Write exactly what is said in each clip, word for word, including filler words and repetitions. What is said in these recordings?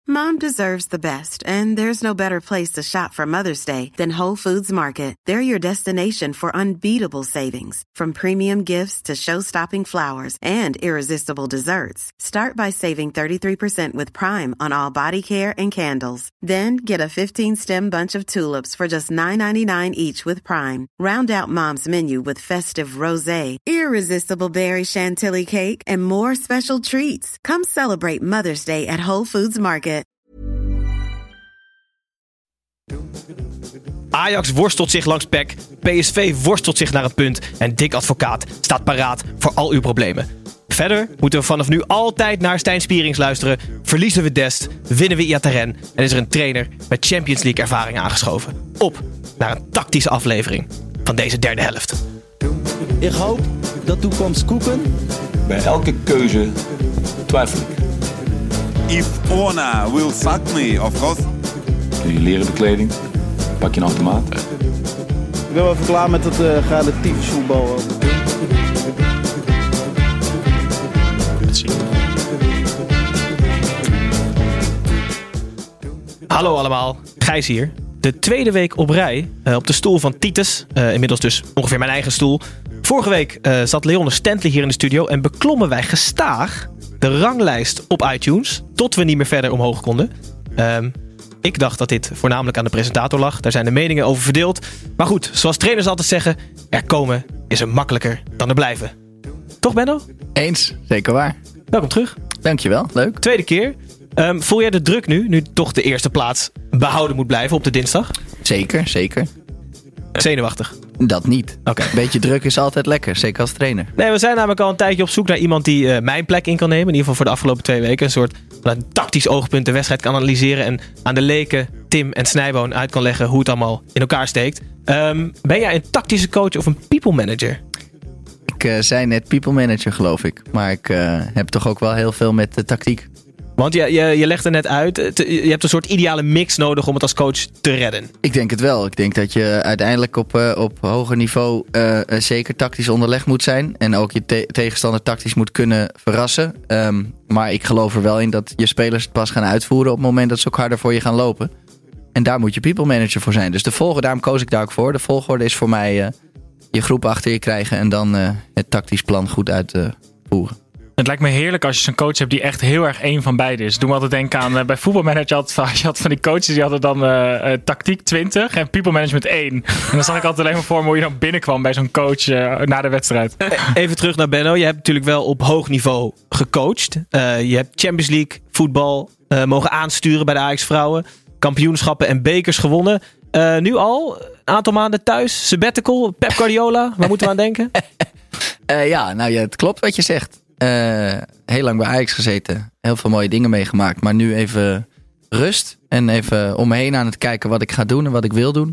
Mom deserves the best, and there's no better place to shop for Mother's Day than Whole Foods Market. They're your destination for unbeatable savings, from premium gifts to show-stopping flowers and irresistible desserts. Start by saving thirty-three percent with Prime on all body care and candles. Then get a fifteen-stem bunch of tulips for just nine ninety-nine each with Prime. Round out Mom's menu with festive rosé, irresistible berry chantilly cake, and more special treats. Come celebrate Mother's Day at Whole Foods Market. Ajax worstelt zich langs P E C, P S V worstelt zich naar een punt en Dick Advocaat staat paraat voor al uw problemen. Verder moeten we vanaf nu altijd naar Stijn Spierings luisteren, verliezen we Dest, winnen we Iataren en is er een trainer met Champions League ervaring aangeschoven. Op naar een tactische aflevering van deze derde helft. Ik hoop dat toekomst koeken. Bij elke keuze twijfel ik. If Ona will fuck me, of course. Doe je leren bekleding, pak je een automaat. Ik ben wel even klaar met het uh, relatief voetbal. Hallo allemaal, Gijs hier. De tweede week op rij uh, op de stoel van Titus. Uh, inmiddels dus ongeveer mijn eigen stoel. Vorige week uh, zat Leon Stentley hier in de studio en beklommen wij gestaag de ranglijst op iTunes, tot we niet meer verder omhoog konden. Um, ik dacht dat dit voornamelijk aan de presentator lag. Daar zijn de meningen over verdeeld. Maar goed, zoals trainers altijd zeggen, er komen is er makkelijker dan er blijven. Toch, Benno? Eens, zeker waar. Welkom terug. Dankjewel, leuk. Tweede keer. Um, voel jij de druk nu, nu toch de eerste plaats behouden moet blijven op de dinsdag? Zeker, zeker. Zenuwachtig? Dat niet. Okay. Een beetje druk is altijd lekker, zeker als trainer. Nee, we zijn namelijk al een tijdje op zoek naar iemand die uh, mijn plek in kan nemen. In ieder geval voor de afgelopen twee weken. Een soort een tactisch oogpunt de wedstrijd kan analyseren. En aan de leken Tim en Snijboon uit kan leggen hoe het allemaal in elkaar steekt. Um, ben jij een tactische coach of een people manager? Ik uh, zei net people manager, geloof ik. Maar ik uh, heb toch ook wel heel veel met de tactiek. Want je, je, je legt er net uit, je hebt een soort ideale mix nodig om het als coach te redden. Ik denk het wel. Ik denk dat je uiteindelijk op, uh, op hoger niveau uh, zeker tactisch onderlegd moet zijn. En ook je te- tegenstander tactisch moet kunnen verrassen. Um, maar ik geloof er wel in dat je spelers het pas gaan uitvoeren op het moment dat ze ook harder voor je gaan lopen. En daar moet je people manager voor zijn. Dus de volgorde, daarom koos ik daar ook voor. De volgorde is voor mij uh, je groep achter je krijgen en dan uh, het tactisch plan goed uitvoeren. Uh, Het lijkt me heerlijk als je zo'n coach hebt die echt heel erg één van beide is. Doe me altijd denken aan, uh, bij voetbalmanager had, je had van die coaches die hadden dan uh, uh, tactiek twintig en people management één. En dan zag ik altijd alleen maar voor me hoe je dan binnenkwam bij zo'n coach uh, na de wedstrijd. Even terug naar Benno. Je hebt natuurlijk wel op hoog niveau gecoacht. Uh, je hebt Champions League voetbal uh, mogen aansturen bij de Ajax vrouwen. Kampioenschappen en bekers gewonnen. Uh, nu al een aantal maanden thuis. Sabbatical, Pep Guardiola. Waar moeten we aan denken? uh, ja, nou ja, het klopt wat je zegt. Uh, heel lang bij Ajax gezeten. Heel veel mooie dingen meegemaakt. Maar nu even rust. En even om me heen aan het kijken wat ik ga doen en wat ik wil doen.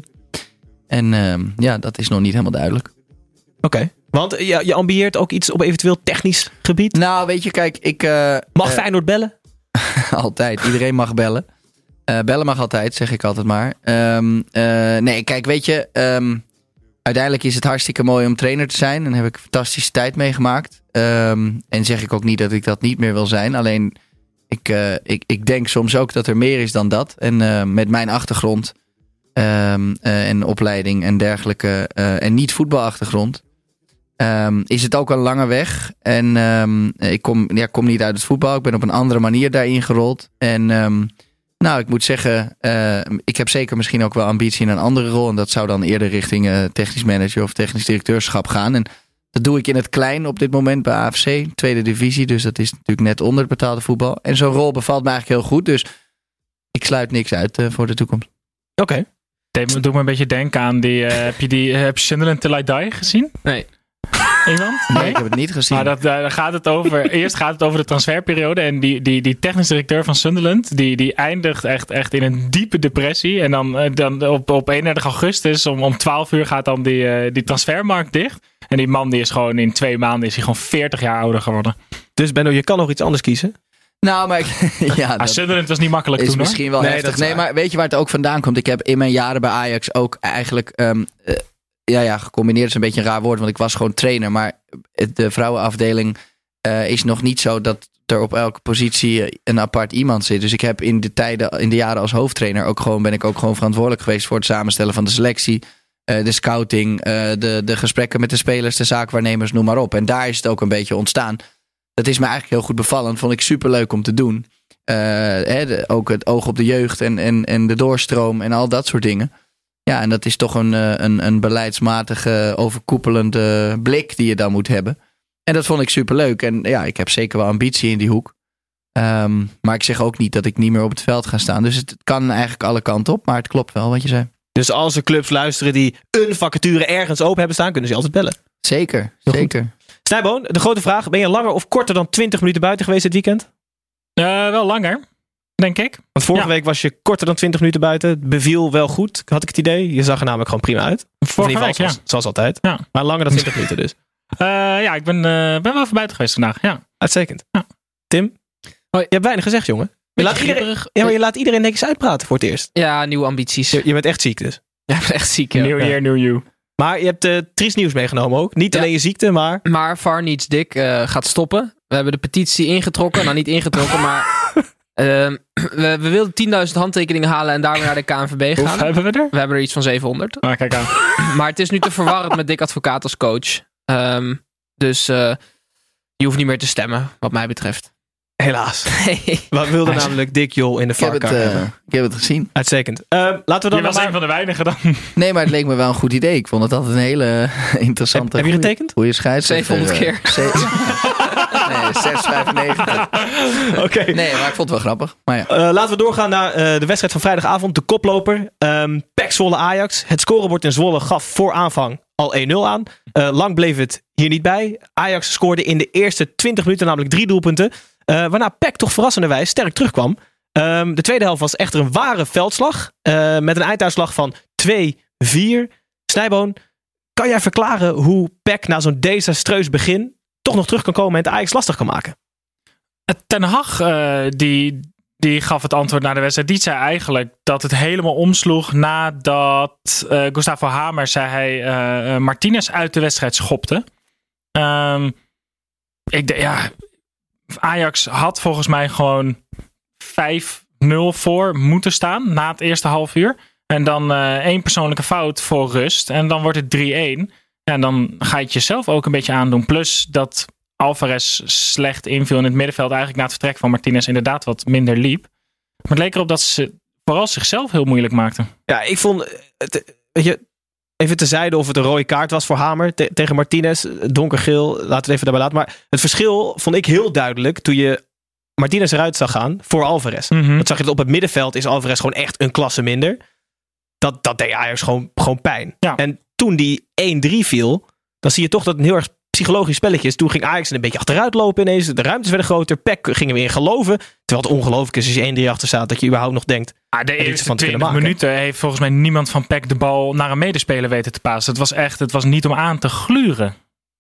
En uh, ja, dat is nog niet helemaal duidelijk. Oké. Okay. Want je, je ambieert ook iets op eventueel technisch gebied? Nou, weet je, kijk, ik... Uh, mag uh, Feyenoord bellen? Altijd. Iedereen mag bellen. Uh, bellen mag altijd, zeg ik altijd maar. Um, uh, nee, kijk, weet je... Um, uiteindelijk is het hartstikke mooi om trainer te zijn. En heb ik een fantastische tijd meegemaakt. Um, en zeg ik ook niet dat ik dat niet meer wil zijn. Alleen, ik, uh, ik, ik denk soms ook dat er meer is dan dat. En uh, met mijn achtergrond um, uh, en opleiding en dergelijke... Uh, en niet voetbalachtergrond... Um, is het ook een lange weg. En um, ik kom, ja, kom niet uit het voetbal. Ik ben op een andere manier daarin gerold. En um, nou, ik moet zeggen... Uh, ik heb zeker misschien ook wel ambitie in een andere rol. En dat zou dan eerder richting uh, technisch manager of technisch directeurschap gaan. En dat doe ik in het klein op dit moment bij A F C. Tweede divisie, dus dat is natuurlijk net onder het betaalde voetbal. En zo'n rol bevalt me eigenlijk heel goed. Dus ik sluit niks uit uh, voor de toekomst. Oké. Okay. Het doet me een beetje denken aan die... Uh, heb je die uh, heb je Sunderland Till I Die gezien? Nee. Iemand? Nee, nee, ik heb het niet gezien. Maar dat, daar gaat het over, eerst gaat het over de transferperiode. En die, die, die technisch directeur van Sunderland... die, die eindigt echt, echt in een diepe depressie. En dan, dan op, op eenendertig augustus... om, om twaalf uur gaat dan die, uh, die transfermarkt dicht. En die man die is gewoon in twee maanden... is hij gewoon veertig jaar ouder geworden. Dus Benno, je kan nog iets anders kiezen? Nou, maar ja, ah, Sunderland was niet makkelijk is toen, misschien hoor. wel nee, heftig. dat Nee, maar weet je waar het ook vandaan komt? Ik heb in mijn jaren bij Ajax ook eigenlijk... Um, uh, ja, ja, gecombineerd is een beetje een raar woord, want ik was gewoon trainer. Maar de vrouwenafdeling uh, is nog niet zo dat er op elke positie een apart iemand zit. Dus ik heb in de tijden, in de jaren als hoofdtrainer ook gewoon, ben ik ook gewoon verantwoordelijk geweest voor het samenstellen van de selectie, uh, de scouting, uh, de, de gesprekken met de spelers, de zaakwaarnemers, noem maar op. En daar is het ook een beetje ontstaan. Dat is me eigenlijk heel goed bevallen. Vond ik superleuk om te doen. Uh, hè, de, ook het oog op de jeugd en, en, en de doorstroom en al dat soort dingen. Ja, en dat is toch een, een, een beleidsmatige, overkoepelende blik die je dan moet hebben. En dat vond ik superleuk. En ja, ik heb zeker wel ambitie in die hoek. Um, maar ik zeg ook niet dat ik niet meer op het veld ga staan. Dus het kan eigenlijk alle kanten op. Maar het klopt wel wat je zei. Dus als er clubs luisteren die een vacature ergens open hebben staan, kunnen ze altijd bellen. Zeker, Heel zeker. Goed. Snijboon, de grote vraag. Ben je langer of korter dan twintig minuten buiten geweest dit weekend? Uh, wel langer, denk ik. Want vorige ja. week was je korter dan twintig minuten buiten. Het beviel wel goed, had ik het idee. Je zag er namelijk gewoon prima uit. Vorige week, zoals, ja. zoals altijd. Ja. Maar langer dan twintig minuten dus. Uh, ja, ik ben, uh, ben wel even buiten geweest vandaag. Ja. Uitstekend. Ja. Tim? Hoi. Je hebt weinig gezegd, jongen. Je laat, iedereen, ja, maar je laat iedereen netjes uitpraten voor het eerst. Ja, nieuwe ambities. Je, je bent echt ziek dus. Ja, ik ben echt ziek. Ja. New year, new you. Maar je hebt uh, triest nieuws meegenomen ook. Niet Ja. alleen je ziekte, maar... Maar V A R Needs Dick uh, gaat stoppen. We hebben de petitie ingetrokken. Nou, niet ingetrokken, maar... Uh, we, we wilden tienduizend handtekeningen halen en daarmee naar de K N V B gaan. Hoeveel hebben we er? We hebben er iets van zevenhonderd. Ah, kijk aan. Maar het is nu te verwarrend met Dick Advocaat als coach. Um, dus uh, je hoeft niet meer te stemmen, wat mij betreft. Helaas. We wilden namelijk Dick Jol in de Ik heb, het, varkar uh, hebben. ik heb het gezien. Uitstekend. Uh, laten we dan Je was maar... een van de weinigen dan. Nee, maar het leek me wel een goed idee. Ik vond het altijd een hele interessante... Heb, heb je getekend? Goeie scheidsrechter. zevenhonderd keer. Nee, zes vijfennegentig. Oké. Okay. Nee, maar ik vond het wel grappig. Maar ja. Uh, laten we doorgaan naar uh, de wedstrijd van vrijdagavond. De koploper. Um, P E C Zwolle Ajax. Het scorebord in Zwolle gaf voor aanvang al één nul aan. Uh, lang bleef het hier niet bij. Ajax scoorde in de eerste twintig minuten namelijk drie doelpunten. Uh, waarna P E C toch verrassenderwijs sterk terugkwam. Um, de tweede helft was echter een ware veldslag. Uh, met een einduitslag van twee vier. Snijboon, kan jij verklaren hoe P E C na zo'n desastreus begin toch nog terug kan komen en het Ajax lastig kan maken? Ten Hag uh, die, die gaf het antwoord na de wedstrijd. Die zei eigenlijk dat het helemaal omsloeg nadat uh, Gustavo Hamer, zei hij, uh, Martinez uit de wedstrijd schopte. Um, ik de, ja, Ajax had volgens mij gewoon vijf nul voor moeten staan na het eerste half uur. En dan uh, één persoonlijke fout voor rust. En dan wordt het drie een. En dan ga je het jezelf ook een beetje aandoen. Plus dat Alvarez slecht inviel in het middenveld. Eigenlijk na het vertrek van Martinez inderdaad wat minder liep. Maar het leek erop dat ze vooral zichzelf heel moeilijk maakten. Ja, ik vond... Het, weet je, even tezijde of het een rode kaart was voor Hamer te, tegen Martinez. Donkergeel, laten we het even daarbij laten. Maar het verschil vond ik heel duidelijk toen je Martinez eruit zag gaan voor Alvarez. Mm-hmm. Dat zag je dat op het middenveld is Alvarez gewoon echt een klasse minder. Dat, dat deed Ajax gewoon, gewoon pijn. Ja. En toen die één drie viel, dan zie je toch dat het een heel erg psychologisch spelletje is. Toen ging Ajax een beetje achteruit lopen ineens. De ruimtes werden groter. P E C gingen weer in geloven. Terwijl het ongelooflijk is als je één drie achter staat, dat je überhaupt nog denkt... Ah, de er iets eerste van te kunnen twintig maken. minuten heeft volgens mij niemand van P E C de bal naar een medespeler weten te passen. Het was echt, het was niet om aan te gluren.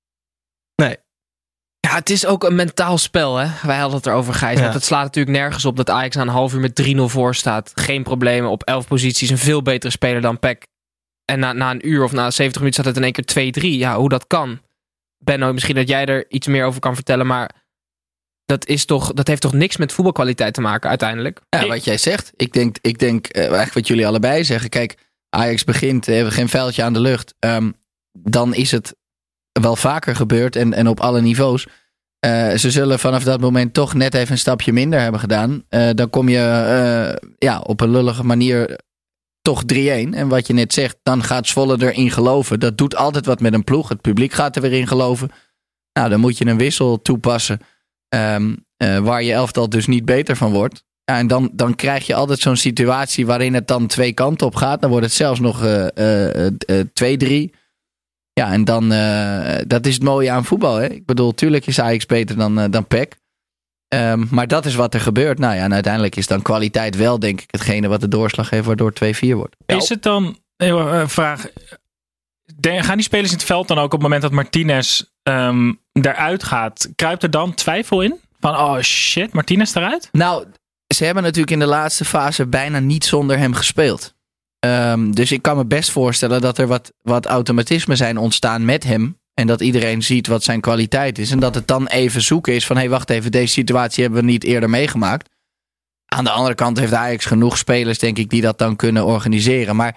Nee. Ja, het is ook een mentaal spel, hè. Wij hadden het erover, Gijs. Ja. Want het slaat natuurlijk nergens op dat Ajax na een half uur met drie nul voor staat. Geen problemen op elf posities. Een veel betere speler dan P E C. En na, na een uur of na zeventig minuten staat het in één keer twee drie. Ja, hoe dat kan. Benno, misschien dat jij er iets meer over kan vertellen. Maar dat, is toch, dat heeft toch niks met voetbalkwaliteit te maken uiteindelijk? Ja, Ik- wat jij zegt. Ik denk, ik denk uh, eigenlijk wat jullie allebei zeggen. Kijk, Ajax begint, we hebben geen vuiltje aan de lucht. Um, dan is het wel vaker gebeurd en, en op alle niveaus. Uh, ze zullen vanaf dat moment toch net even een stapje minder hebben gedaan. Uh, dan kom je uh, ja, op een lullige manier toch drie een. En wat je net zegt, dan gaat Zwolle erin geloven. Dat doet altijd wat met een ploeg. Het publiek gaat er weer in geloven. Nou, dan moet je een wissel toepassen. Um, uh, waar je elftal dus niet beter van wordt. Ja, en dan, dan krijg je altijd zo'n situatie waarin het dan twee kanten op gaat. Dan wordt het zelfs nog uh, uh, uh, twee drie. Ja, en dan, uh, dat is het mooie aan voetbal. Hè? Ik bedoel, tuurlijk is Ajax beter dan, uh, dan P E C. Um, maar dat is wat er gebeurt. Nou ja, en uiteindelijk is dan kwaliteit wel, denk ik, hetgene wat de doorslag heeft waardoor het twee vier wordt. Is het dan, een uh, vraag, de, gaan die spelers in het veld dan ook op het moment dat Martinez um, eruit gaat, kruipt er dan twijfel in? Van, oh shit, Martinez eruit? Nou, ze hebben natuurlijk in de laatste fase bijna niet zonder hem gespeeld. Um, dus ik kan me best voorstellen dat er wat, wat automatismen zijn ontstaan met hem. En dat iedereen ziet wat zijn kwaliteit is. En dat het dan even zoeken is van... hé, hey, wacht even, deze situatie hebben we niet eerder meegemaakt. Aan de andere kant heeft Ajax genoeg spelers, denk ik... die dat dan kunnen organiseren. Maar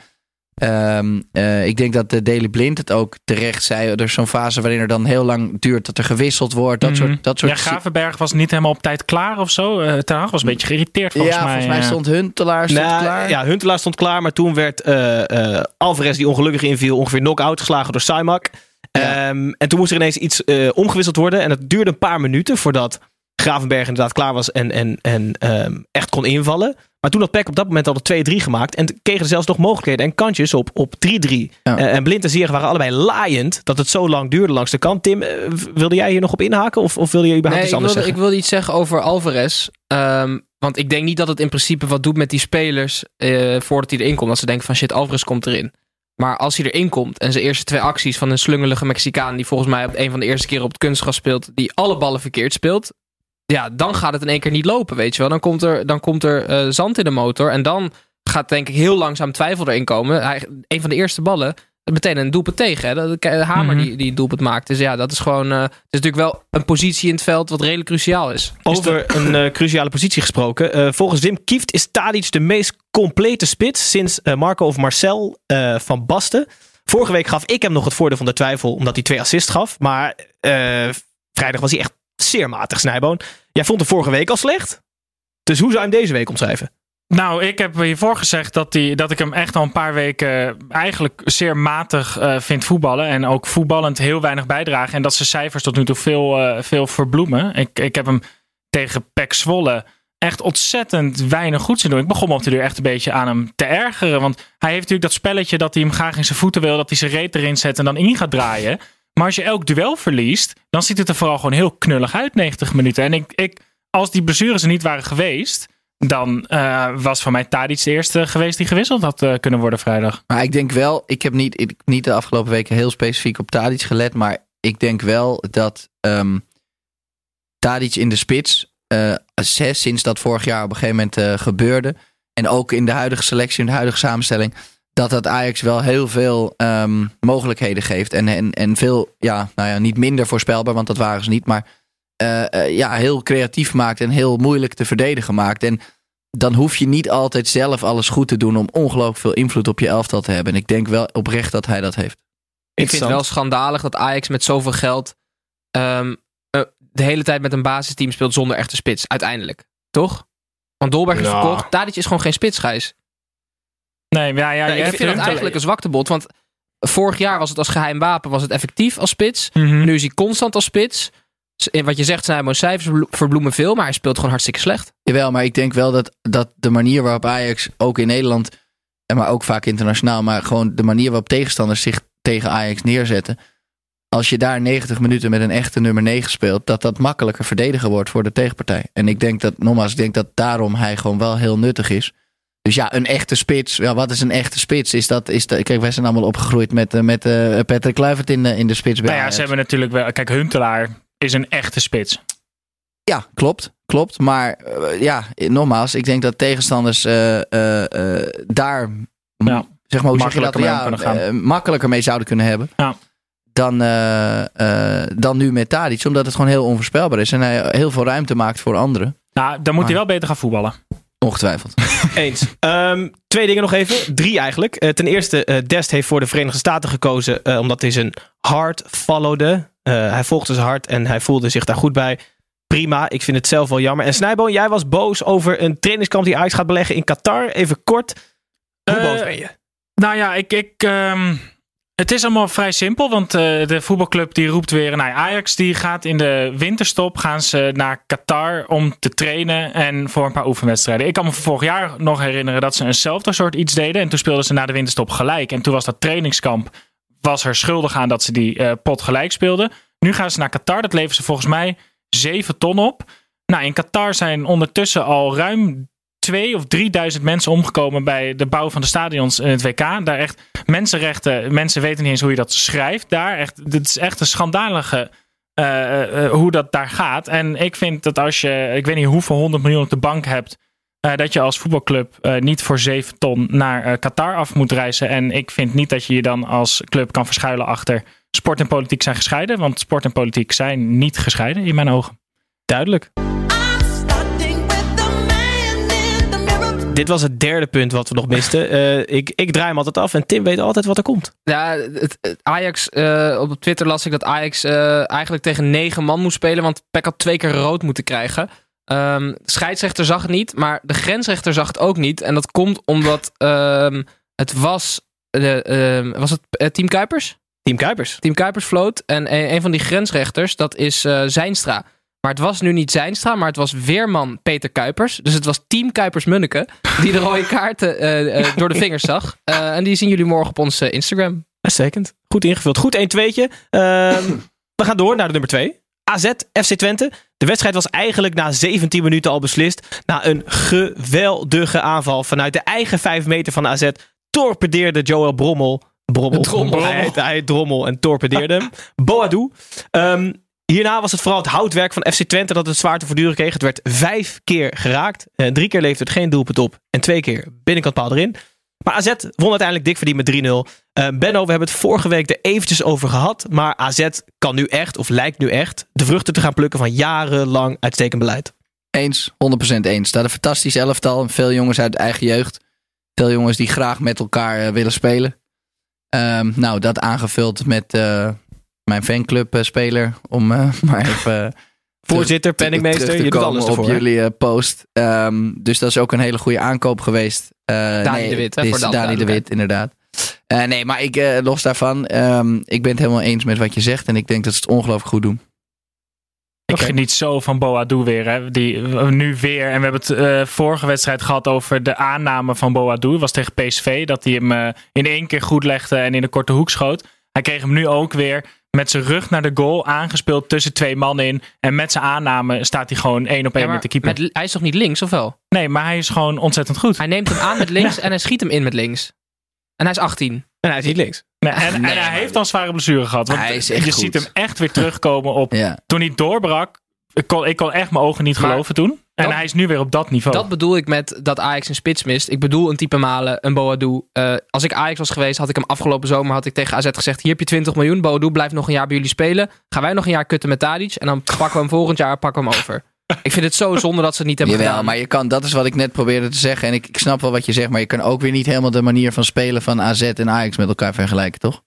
um, uh, ik denk dat de Daley Blind het ook terecht zei. Er is zo'n fase waarin er dan heel lang duurt... dat er gewisseld wordt. Dat mm-hmm. soort, dat soort ja, Gravenberg was niet helemaal op tijd klaar of zo. Uh, Ten Hag was een beetje geïrriteerd volgens ja, mij. Ja, volgens mij stond Huntelaar stond nou, klaar. Ja, Huntelaar stond klaar. Maar toen werd uh, uh, Alvarez, die ongelukkig inviel... ongeveer knock-out geslagen door Saimak. Ja. Um, en toen moest er ineens iets uh, omgewisseld worden. En dat duurde een paar minuten voordat Gravenberg inderdaad klaar was en, en, en um, echt kon invallen. Maar toen had P E C op dat moment al de twee drie gemaakt. En kregen er zelfs nog mogelijkheden en kantjes op, op drie drie. Ja. Uh, en Blind en Ziyech waren allebei laaiend dat het zo lang duurde langs de kant. Tim, uh, wilde jij hier nog op inhaken? Of, of wilde je überhaupt nee, iets anders wilde, zeggen? Ik wilde iets zeggen over Alvarez. Um, want ik denk niet dat het in principe wat doet met die spelers uh, voordat hij erin komt. Dat ze denken van shit, Alvarez komt erin. Maar als hij erin komt en zijn eerste twee acties van een slungelige Mexicaan... die volgens mij op een van de eerste keren op het kunstgras speelt... die alle ballen verkeerd speelt... ja, dan gaat het in één keer niet lopen, weet je wel. Dan komt er, dan komt er uh, zand in de motor... en dan gaat denk ik heel langzaam twijfel erin komen. Hij, een van de eerste ballen, meteen een doelpunt tegen. Hè? De Hamer mm-hmm. die, die doelpunt maakt. Dus ja, dat is gewoon... Uh, het is natuurlijk wel een positie in het veld wat redelijk cruciaal is. Over een uh, cruciale positie gesproken. Uh, volgens Wim Kieft is Tadic de meest complete spits... sinds uh, Marco of Marcel uh, van Basten. Vorige week gaf ik hem nog het voordeel van de twijfel... omdat hij twee assists gaf. Maar uh, vrijdag was hij echt zeer matig, Snijboon. Jij vond hem vorige week al slecht. Dus hoe zou je hem deze week omschrijven? Nou, ik heb hiervoor gezegd dat, die, dat ik hem echt al een paar weken eigenlijk zeer matig uh, vind voetballen. En ook voetballend heel weinig bijdragen. En dat zijn cijfers tot nu toe veel, uh, veel verbloemen. Ik, ik heb hem tegen P E C Zwolle echt ontzettend weinig goed zien doen. Ik begon me op de deur echt een beetje aan hem te ergeren. Want hij heeft natuurlijk dat spelletje dat hij hem graag in zijn voeten wil. Dat hij zijn reet erin zet en dan in gaat draaien. Maar als je elk duel verliest, dan ziet het er vooral gewoon heel knullig uit, negentig minuten. En ik, ik, als die blessures er niet waren geweest... dan uh, was voor mij Tadic de eerste geweest die gewisseld had uh, kunnen worden vrijdag. Maar ik denk wel, ik heb niet, ik, niet de afgelopen weken heel specifiek op Tadic gelet, maar ik denk wel dat um, Tadic in de spits, uh, zes, sinds dat vorig jaar op een gegeven moment uh, gebeurde, en ook in de huidige selectie, in de huidige samenstelling, dat dat Ajax wel heel veel um, mogelijkheden geeft. En, en, en veel, ja, nou ja, niet minder voorspelbaar, want dat waren ze niet, maar Uh, uh, ja, heel creatief maakt en heel moeilijk te verdedigen maakt. En dan hoef je niet altijd zelf alles goed te doen om ongelooflijk veel invloed op je elftal te hebben. En ik denk wel oprecht dat hij dat heeft. Ik vind het wel schandalig dat Ajax met zoveel geld um, uh, de hele tijd met een basisteam speelt zonder echte spits. Uiteindelijk. Toch? Want Dolberg is ja. verkocht. Tadic is gewoon geen spits, Gijs. Nee, ja, ja, nee, ik vind het eigenlijk een zwaktebod. Want vorig jaar was het als geheim wapen was het effectief als spits. Mm-hmm. Nu is hij constant als spits. Wat je zegt, zijn cijfers verbloemen veel, maar hij speelt gewoon hartstikke slecht. Jawel, maar ik denk wel dat, dat de manier waarop Ajax, ook in Nederland, en maar ook vaak internationaal, maar gewoon de manier waarop tegenstanders zich tegen Ajax neerzetten, als je daar negentig minuten met een echte nummer negen speelt, dat dat makkelijker verdedigen wordt voor de tegenpartij. En ik denk dat, nogmaals, ik denk dat daarom hij gewoon wel heel nuttig is. Dus ja, een echte spits. Ja, wat is een echte spits? Is dat, is dat, kijk, wij zijn allemaal opgegroeid met, met uh, Patrick Kluivert in, uh, in de spits. Nou ja, ze hebben natuurlijk wel, kijk, Huntelaar is een echte spits. Ja, klopt. Klopt. Maar uh, ja, nogmaals, ik denk dat tegenstanders uh, uh, uh, daar ja, zeg maar, hoe zeg je makkelijker, dat? mee Ja, uh, makkelijker mee zouden kunnen hebben. Ja. Dan, uh, uh, dan nu met Tadic. Omdat het gewoon heel onvoorspelbaar is. En hij heel veel ruimte maakt voor anderen. Nou, dan moet maar hij wel beter gaan voetballen. Ongetwijfeld. Eens. Um, twee dingen nog even. Drie eigenlijk. Uh, ten eerste, uh, Dest heeft voor de Verenigde Staten gekozen uh, omdat hij zijn hart followde. Uh, hij volgde zijn hart en hij voelde zich daar goed bij. Prima, ik vind het zelf wel jammer. En Snijboon, jij was boos over een trainingskamp die Ajax gaat beleggen in Qatar. Even kort. Hoe uh, boos ben je? Nou ja, ik... ik um... Het is allemaal vrij simpel, want uh, de voetbalclub die roept weer... Nou, Ajax die gaat in de winterstop gaan ze naar Qatar om te trainen en voor een paar oefenwedstrijden. Ik kan me van vorig jaar nog herinneren dat ze eenzelfde soort iets deden. En toen speelden ze na de winterstop gelijk. En toen was dat trainingskamp was er schuldig aan dat ze die uh, pot gelijk speelden. Nu gaan ze naar Qatar, dat leveren ze volgens mij zeven ton op. Nou, in Qatar zijn ondertussen al ruim twee of drieduizend mensen omgekomen bij de bouw van de stadions in het W K. Daar echt mensenrechten, mensen weten niet eens hoe je dat schrijft daar. Echt, dit is echt een schandalige uh, uh, hoe dat daar gaat. En ik vind dat als je, ik weet niet hoeveel honderd miljoen op de bank hebt, uh, dat je als voetbalclub uh, niet voor zeven ton naar uh, Qatar af moet reizen. En ik vind niet dat je je dan als club kan verschuilen achter sport en politiek zijn gescheiden. Want sport en politiek zijn niet gescheiden in mijn ogen. Duidelijk. Dit was het derde punt wat we nog misten. Uh, ik, ik draai hem altijd af en Tim weet altijd wat er komt. Ja, het, het Ajax, uh, op Twitter las ik dat Ajax uh, eigenlijk tegen negen man moest spelen, want P E C had twee keer rood moeten krijgen. Um, de scheidsrechter zag het niet, maar de grensrechter zag het ook niet. En dat komt omdat um, het was, uh, uh, was het uh, Team Kuipers? Team Kuipers. Team Kuipers floot en een, een van die grensrechters, dat is uh, Zijnstra. Maar het was nu niet Zijnstra, maar het was weerman Peter Kuipers. Dus het was Team Kuipers-Munneke die de rode kaarten uh, uh, door de vingers zag. Uh, en die zien jullie morgen op ons uh, Instagram. Uitstekend. Goed ingevuld. Goed één tweetje. Uh, we gaan door naar de nummer twee. A Z F C Twente. De wedstrijd was eigenlijk na zeventien minuten al beslist. Na een geweldige aanval vanuit de eigen vijf meter van de A Z torpedeerde Joël Brommel. Brommel. Drommel. Hij heet, hij heet Drommel en torpedeerde hem. Boadou. Um, Hierna was het vooral het houtwerk van F C Twente dat het zwaar te verduren kreeg. Het werd vijf keer geraakt. Uh, drie keer leverde het geen doelpunt op. En twee keer binnenkant paal erin. Maar A Z won uiteindelijk dik verdiend met drie nul. Uh, Benno, we hebben het vorige week er eventjes over gehad. Maar A Z kan nu echt, of lijkt nu echt, de vruchten te gaan plukken van jarenlang uitstekend beleid. Eens, honderd procent eens. Staat een fantastisch elftal. Veel jongens uit eigen jeugd. Veel jongens die graag met elkaar uh, willen spelen. Um, nou, dat aangevuld met... Uh, mijn fanclub-speler, om uh, maar even... Uh, Voorzitter, terug, penningmeester, terug te je doet alles op ervoor. jullie uh, post. Um, dus dat is ook een hele goede aankoop geweest. Uh, Dani nee, de Wit, hè, het voor is de Dani de Wit, inderdaad. Uh, nee, maar ik, uh, los daarvan, um, ik ben het helemaal eens met wat je zegt. En ik denk dat ze het ongelooflijk goed doen. Ik Okay. geniet zo van Boadou weer. Hè. Die, nu weer. En we hebben het uh, vorige wedstrijd gehad over de aanname van Boadou. Het was tegen P S V dat hij hem uh, in één keer goed legde en in de korte hoek schoot. Hij kreeg hem nu ook weer met zijn rug naar de goal aangespeeld tussen twee mannen in. En met zijn aanname staat hij gewoon één op één Ja, met de keeper. Met, hij is toch niet links, of wel? Nee, maar hij is gewoon ontzettend goed. Hij neemt hem aan met links en hij schiet hem in met links. En hij is achttien. En hij is niet links. Nee, en, Nee, en hij maar- heeft al zware blessure gehad. Want Hij is echt je goed. ziet hem echt weer terugkomen op... Ja. Toen hij doorbrak, ik kon, ik kon echt mijn ogen niet Maar geloven toen. En dat- hij is nu weer op dat niveau. Dat bedoel ik met dat Ajax een spits mist. Ik bedoel een type Malen, een Boadou. Uh, als ik Ajax was geweest, had ik hem afgelopen zomer had ik tegen A Z gezegd: hier heb je twintig miljoen. Boadou blijft nog een jaar bij jullie spelen. Gaan wij nog een jaar kutten met Tadic. En dan pakken we hem volgend jaar pakken we hem over. Ik vind het zo zonde dat ze het niet hebben Jawel, gedaan. maar je kan, dat is wat ik net probeerde te zeggen. En ik, ik snap wel wat je zegt, maar je kan ook weer niet helemaal de manier van spelen van A Z en Ajax met elkaar vergelijken, toch?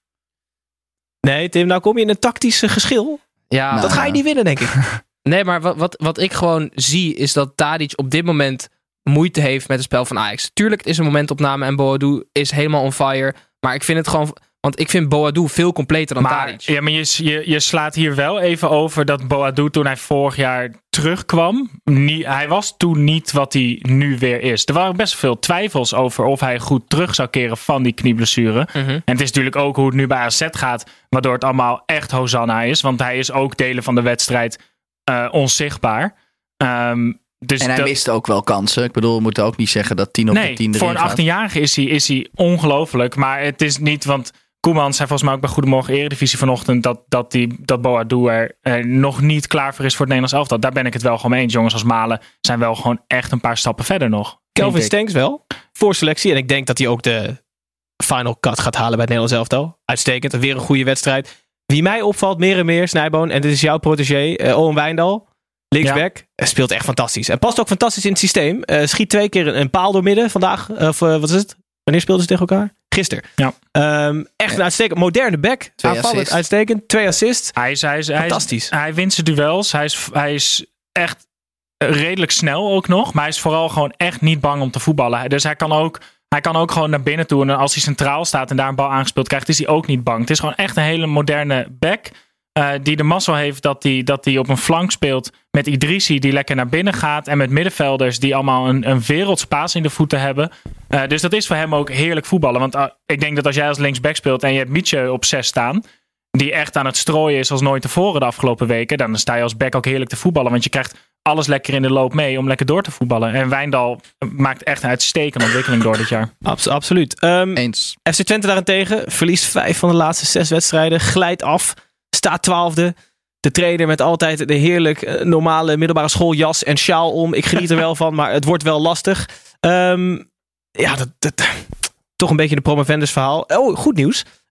Nee, Tim, nou kom je in een tactisch uh, geschil. Ja, Nou, Dat ga je niet winnen, denk ik. nee, maar wat, wat, wat ik gewoon zie is dat Tadic op dit moment moeite heeft met het spel van Ajax. Tuurlijk, het is een momentopname en Boadou is helemaal on fire. Maar ik vind het gewoon... Want ik vind Boadou veel completer dan maar, Tadic. ja, maar je, je, je slaat hier wel even over dat Boadou toen hij vorig jaar terugkwam, niet, hij was toen niet wat hij nu weer is. Er waren best veel twijfels over of hij goed terug zou keren van die knieblessure. Mhm. En het is natuurlijk ook hoe het nu bij A Z gaat, waardoor het allemaal echt Hosanna is. Want hij is ook delen van de wedstrijd uh, onzichtbaar. Um, dus En hij dat, mist ook wel kansen. Ik bedoel, we moeten ook niet zeggen dat tien op de nee, tien erin voor een gaat. achttienjarige is hij, is hij ongelooflijk. Maar het is niet, want Koeman zei volgens mij ook bij Goedemorgen Eredivisie vanochtend dat, dat, die, dat Boadou er eh, nog niet klaar voor is voor het Nederlands elftal. Daar ben ik het wel gewoon mee eens. Jongens als Malen zijn wel gewoon echt een paar stappen verder nog. Kelvin Denk ik. Stenks wel. Voor selectie. En ik denk dat hij ook de final cut gaat halen bij het Nederlands elftal. Uitstekend. Weer een goede wedstrijd. Wie mij opvalt, meer en meer, Snijboon. En dit is jouw protégé, uh, Owen Wijndal. Linksback. Ja. Speelt echt fantastisch. En past ook fantastisch in het systeem. Uh, schiet twee keer een, een paal door midden vandaag. Uh, of uh, wat is het? Wanneer speelden ze tegen elkaar? Gisteren. Ja. Um, echt Ja. een uitstekend. Moderne back. Twee Aanvallend assists. uitstekend. Twee assists. Hij, is, hij, is, hij, Fantastisch. is, hij wint zijn duels. Hij is, hij is echt redelijk snel ook nog. Maar hij is vooral gewoon echt niet bang om te voetballen. Dus hij kan ook, hij kan ook gewoon naar binnen toe. En als hij centraal staat en daar een bal aangespeeld krijgt, is hij ook niet bang. Het is gewoon echt een hele moderne back. Uh, die de mazzel heeft dat hij, dat hij op een flank speelt met Idrissi die lekker naar binnen gaat. En met middenvelders die allemaal een, een wereldspaas in de voeten hebben. Uh, dus dat is voor hem ook heerlijk voetballen. Want uh, ik denk dat als jij als linksback speelt en je hebt Mietje op zes staan, die echt aan het strooien is als nooit tevoren de afgelopen weken, dan sta je als back ook heerlijk te voetballen. Want je krijgt alles lekker in de loop mee om lekker door te voetballen. En Wijndal maakt echt een uitstekende ontwikkeling door dit jaar. Abs- absoluut. Um, Eens. F C Twente daarentegen verliest vijf van de laatste zes wedstrijden. Glijdt af. Staat twaalfde. De trainer met altijd de heerlijk uh, normale middelbare schooljas en sjaal om. Ik geniet er wel van, maar het wordt wel lastig. Um, ja, dat, dat, toch een beetje een promovendus verhaal. Oh, goed nieuws.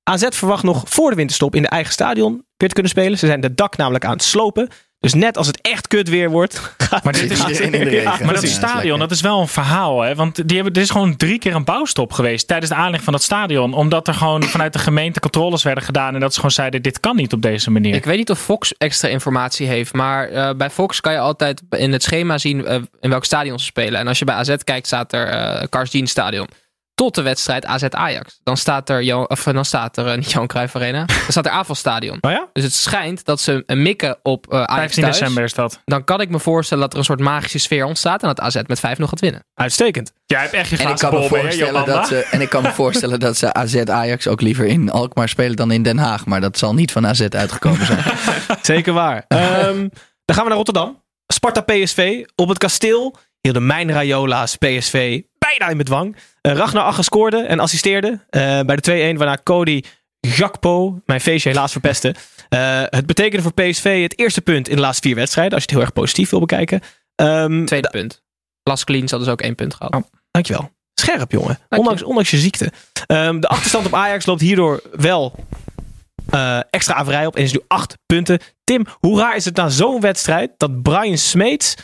A Z verwacht nog voor de winterstop in de eigen stadion weer te kunnen spelen. Ze zijn de dak namelijk aan het slopen. Dus net als het echt kut weer wordt... Maar dit is in de regen. Ja, maar dat stadion, dat is wel een verhaal. Hè? Want die hebben, er is gewoon drie keer een bouwstop geweest tijdens de aanleg van dat stadion. Omdat er gewoon vanuit de gemeente controles werden gedaan. En dat ze gewoon zeiden, dit kan niet op deze manier. Ik weet niet of Fox extra informatie heeft. Maar uh, bij Fox kan je altijd in het schema zien uh, in welk stadion ze spelen. En als je bij A Z kijkt, staat er uh, Karsdien Stadion. Tot de wedstrijd A Z Ajax. Dan staat er, Jo- of, dan staat er uh, niet Johan Cruijff Arena. Dan staat er A F A Stadion. Oh ja? Dus het schijnt dat ze uh, mikken op uh, Ajax vijftien thuis. december is dat. Dan kan ik me voorstellen dat er een soort magische sfeer ontstaat. En dat A Z met vijf nul gaat winnen. Uitstekend. Jij hebt echt je En ik, glazen kan me bol mee, hè, voorstellen Jolanda? dat ze, en ik kan me voorstellen dat ze A Z Ajax ook liever in Alkmaar spelen dan in Den Haag. Maar dat zal niet van A Z uitgekomen zijn. Zeker waar. Um, dan gaan we naar Rotterdam. Sparta P S V op het kasteel. Hielden mijn Rayola's P S V bijna in bedwang. Uh, Ragnar Agge scoorde en assisteerde uh, bij de twee-een. Waarna Cody Gakpo mijn feestje helaas verpestte. Uh, het betekende voor P S V het eerste punt in de laatste vier wedstrijden. Als je het heel erg positief wil bekijken. Um, Tweede da- punt. Las Cleans hadden ze ook één punt gehad. Oh. Dankjewel. Scherp, jongen. je. Ondanks, ondanks je ziekte. Um, de achterstand op Ajax loopt hierdoor wel uh, extra averij op. En is nu acht punten. Tim, hoe raar is het na zo'n wedstrijd dat Brian Smeets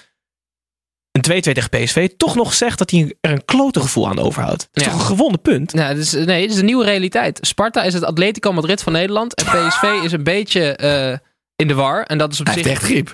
een twee-twee tegen P S V toch nog zegt dat hij er een klote gevoel aan overhoudt. Dat is Ja. toch een gewonnen punt? Nou, het is, nee, het is een nieuwe realiteit. Sparta is het Atletico Madrid van Nederland. En P S V is een beetje uh, in de war. En dat is op Hij zich... heeft echt griep.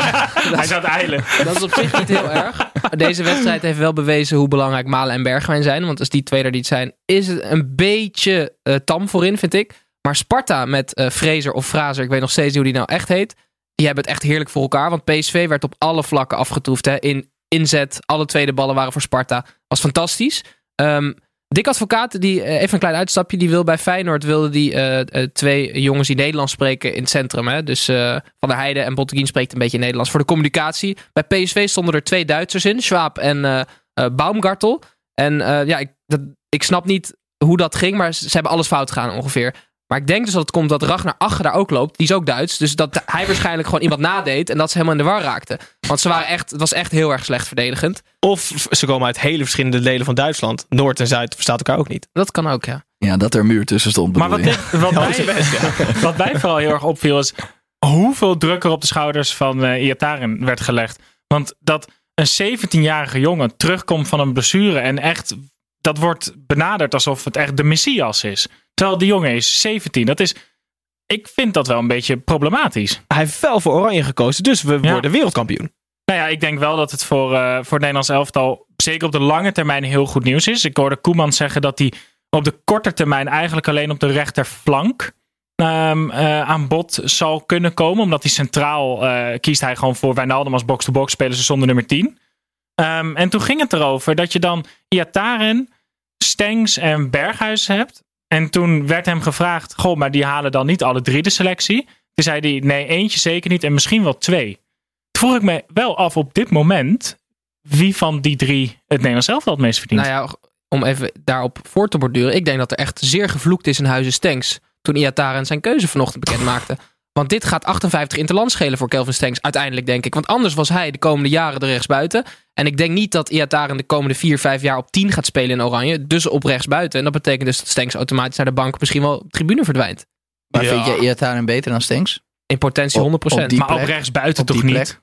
Hij zou het eilen. Dat is op zich niet heel erg. Deze wedstrijd heeft wel bewezen hoe belangrijk Malen en Bergwijn zijn. Want als die twee er niet zijn, is het een beetje uh, tam voorin, vind ik. Maar Sparta met uh, Fraser of Fraser, ik weet nog steeds niet hoe die nou echt heet. Die hebben het echt heerlijk voor elkaar. Want P S V werd op alle vlakken afgetroefd. Hè. In inzet, alle tweede ballen waren voor Sparta. Was fantastisch. Um, Dick Advocaat, die, uh, even een klein uitstapje. Die wil bij Feyenoord wilde die uh, uh, twee jongens die Nederlands spreken in het centrum. Hè? Dus uh, Van der Heijden en Botteguin spreekt een beetje Nederlands voor de communicatie. Bij P S V stonden er twee Duitsers in. Schwab en uh, uh, Baumgartel. En uh, ja, ik, dat, ik snap niet hoe dat ging. Maar ze, ze hebben alles fout gedaan ongeveer. Maar ik denk dus dat het komt dat Ragnar Agge daar ook loopt. Die is ook Duits. Dus dat hij waarschijnlijk gewoon iemand nadeed. En dat ze helemaal in de war raakten. Want ze waren echt, het was echt heel erg slecht verdedigend. Of ze komen uit hele verschillende delen van Duitsland. Noord en Zuid verstaat elkaar ook niet. Dat kan ook, ja. Ja, dat er een muur tussen stond. Maar wat, bedoel je? ik, wat, mij, wat mij vooral heel erg opviel is hoeveel druk er op de schouders van uh, Iataren werd gelegd. Want dat een zeventienjarige jongen terugkomt van een blessure en echt, dat wordt benaderd alsof het echt de Messias is. Terwijl die jongen is zeventien. Dat is, ik vind dat wel een beetje problematisch. Hij heeft fel voor Oranje gekozen, dus we Ja. worden wereldkampioen. Nou ja, ik denk wel dat het voor, uh, voor het Nederlands elftal zeker op de lange termijn heel goed nieuws is. Ik hoorde Koeman zeggen dat hij op de korte termijn eigenlijk alleen op de rechterflank um, uh, aan bod zal kunnen komen. Omdat hij centraal uh, kiest hij gewoon voor Wijnaldum als box-to-box spelen ze zonder nummer tien. Um, en toen ging het erover dat je dan Iataren, Stengs en Berghuis hebt. En toen werd hem gevraagd, goh, maar die halen dan niet alle drie de selectie. Toen zei hij, nee, eentje zeker niet en misschien wel twee. Toen vroeg ik me wel af op dit moment wie van die drie het Nederlands elftal het meest verdient. Nou ja, om even daarop voor te borduren. Ik denk dat er echt zeer gevloekt is in huizen Stengs. Toen Iataren zijn keuze vanochtend bekend maakte. Want dit gaat achtenvijftig interland schelen voor Kelvin Stengs. Uiteindelijk denk ik. Want anders was hij de komende jaren er rechtsbuiten. En ik denk niet dat Iataren de komende vier, vijf jaar op tien gaat spelen in Oranje. Dus op rechtsbuiten. En dat betekent dus dat Stengs automatisch naar de bank misschien wel op de tribune verdwijnt. Maar Ja. vind jij Iataren beter dan Stengs? In potentie Op- honderd procent. op die maar op plek? rechtsbuiten Op toch die niet? plek?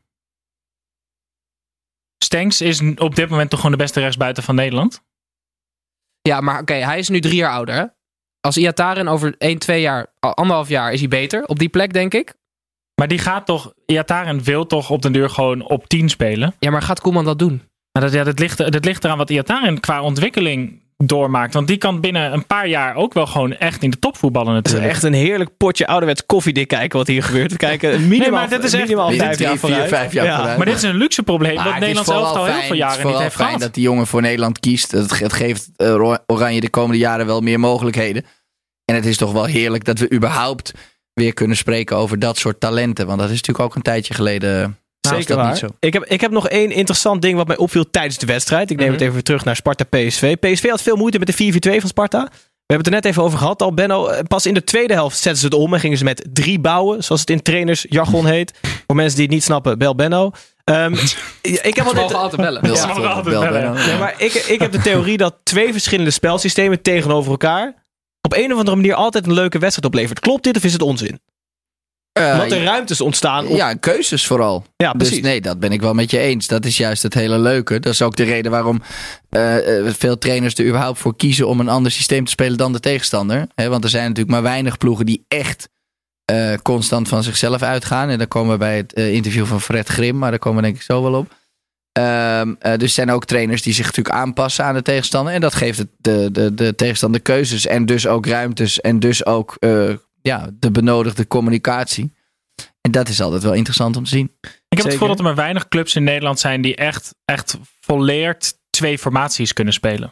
Stengs is op dit moment toch gewoon de beste rechtsbuiten van Nederland? Ja, maar oké, hij is nu drie jaar ouder. Hè? Als Iataren over één, twee jaar, anderhalf jaar is hij beter. Op die plek denk ik. Maar die gaat toch, Iataren wil toch op den duur gewoon op tien spelen? Ja, maar gaat Koeman dat doen? Maar dat, ja, dat, ligt, dat ligt eraan wat Iataren qua ontwikkeling doormaakt. Want die kan binnen een paar jaar ook wel gewoon echt in de top voetballen Het is natuurlijk. echt een heerlijk potje ouderwets koffiedik kijken wat hier gebeurt. We kijken minimaal, Nee, maar dit is echt- minimaal Dit is vijf drie, jaar vier, vooruit. vijf jaar Ja. vooruit. Maar dit is een luxe probleem Maar dat het is Nederlands vooral elftal heel fijn- veel jaren het is niet vooral heeft fijn gehad. dat die jongen voor Nederland kiest. Het, het geeft uh, Oranje de komende jaren wel meer mogelijkheden. En het is toch wel heerlijk dat we überhaupt weer kunnen spreken over dat soort talenten. Want dat is natuurlijk ook een tijdje geleden. was Zeker dat waar. niet zo. Ik heb, ik heb nog één interessant ding wat mij opviel tijdens de wedstrijd. Ik neem Mhm. het even weer terug naar Sparta-P S V. P S V had veel moeite met de vier vier twee van Sparta. We hebben het er net even over gehad al. Benno, pas in de tweede helft zetten ze het om en gingen ze met drie bouwen, zoals het in trainersjargon heet. Voor mensen die het niet snappen, bel Benno. Um, ik heb Ze al mogen net, altijd bellen. Wil- Ze mogen altijd wel, bellen. Benno. ja, maar ik, ik heb de theorie dat twee verschillende spelsystemen tegenover elkaar op een of andere manier altijd een leuke wedstrijd oplevert. Klopt dit of is het onzin? Uh, Omdat er ruimtes ontstaan. Op... Ja, keuzes vooral. Ja, precies. Dus nee, dat ben ik wel met je eens. Dat is juist het hele leuke. Dat is ook de reden waarom uh, veel trainers er überhaupt voor kiezen om een ander systeem te spelen dan de tegenstander. He, want er zijn natuurlijk maar weinig ploegen die echt uh, constant van zichzelf uitgaan. En dan komen we bij het uh, interview van Fred Grim, maar daar komen we denk ik zo wel op. Uh, uh, dus er zijn ook trainers die zich natuurlijk aanpassen aan de tegenstander. En dat geeft het de, de, de tegenstander keuzes en dus ook ruimtes en dus ook uh, ja, de benodigde communicatie. En dat is altijd wel interessant om te zien. Ik heb het gevoel dat er maar weinig clubs in Nederland zijn die echt, echt volleerd twee formaties kunnen spelen.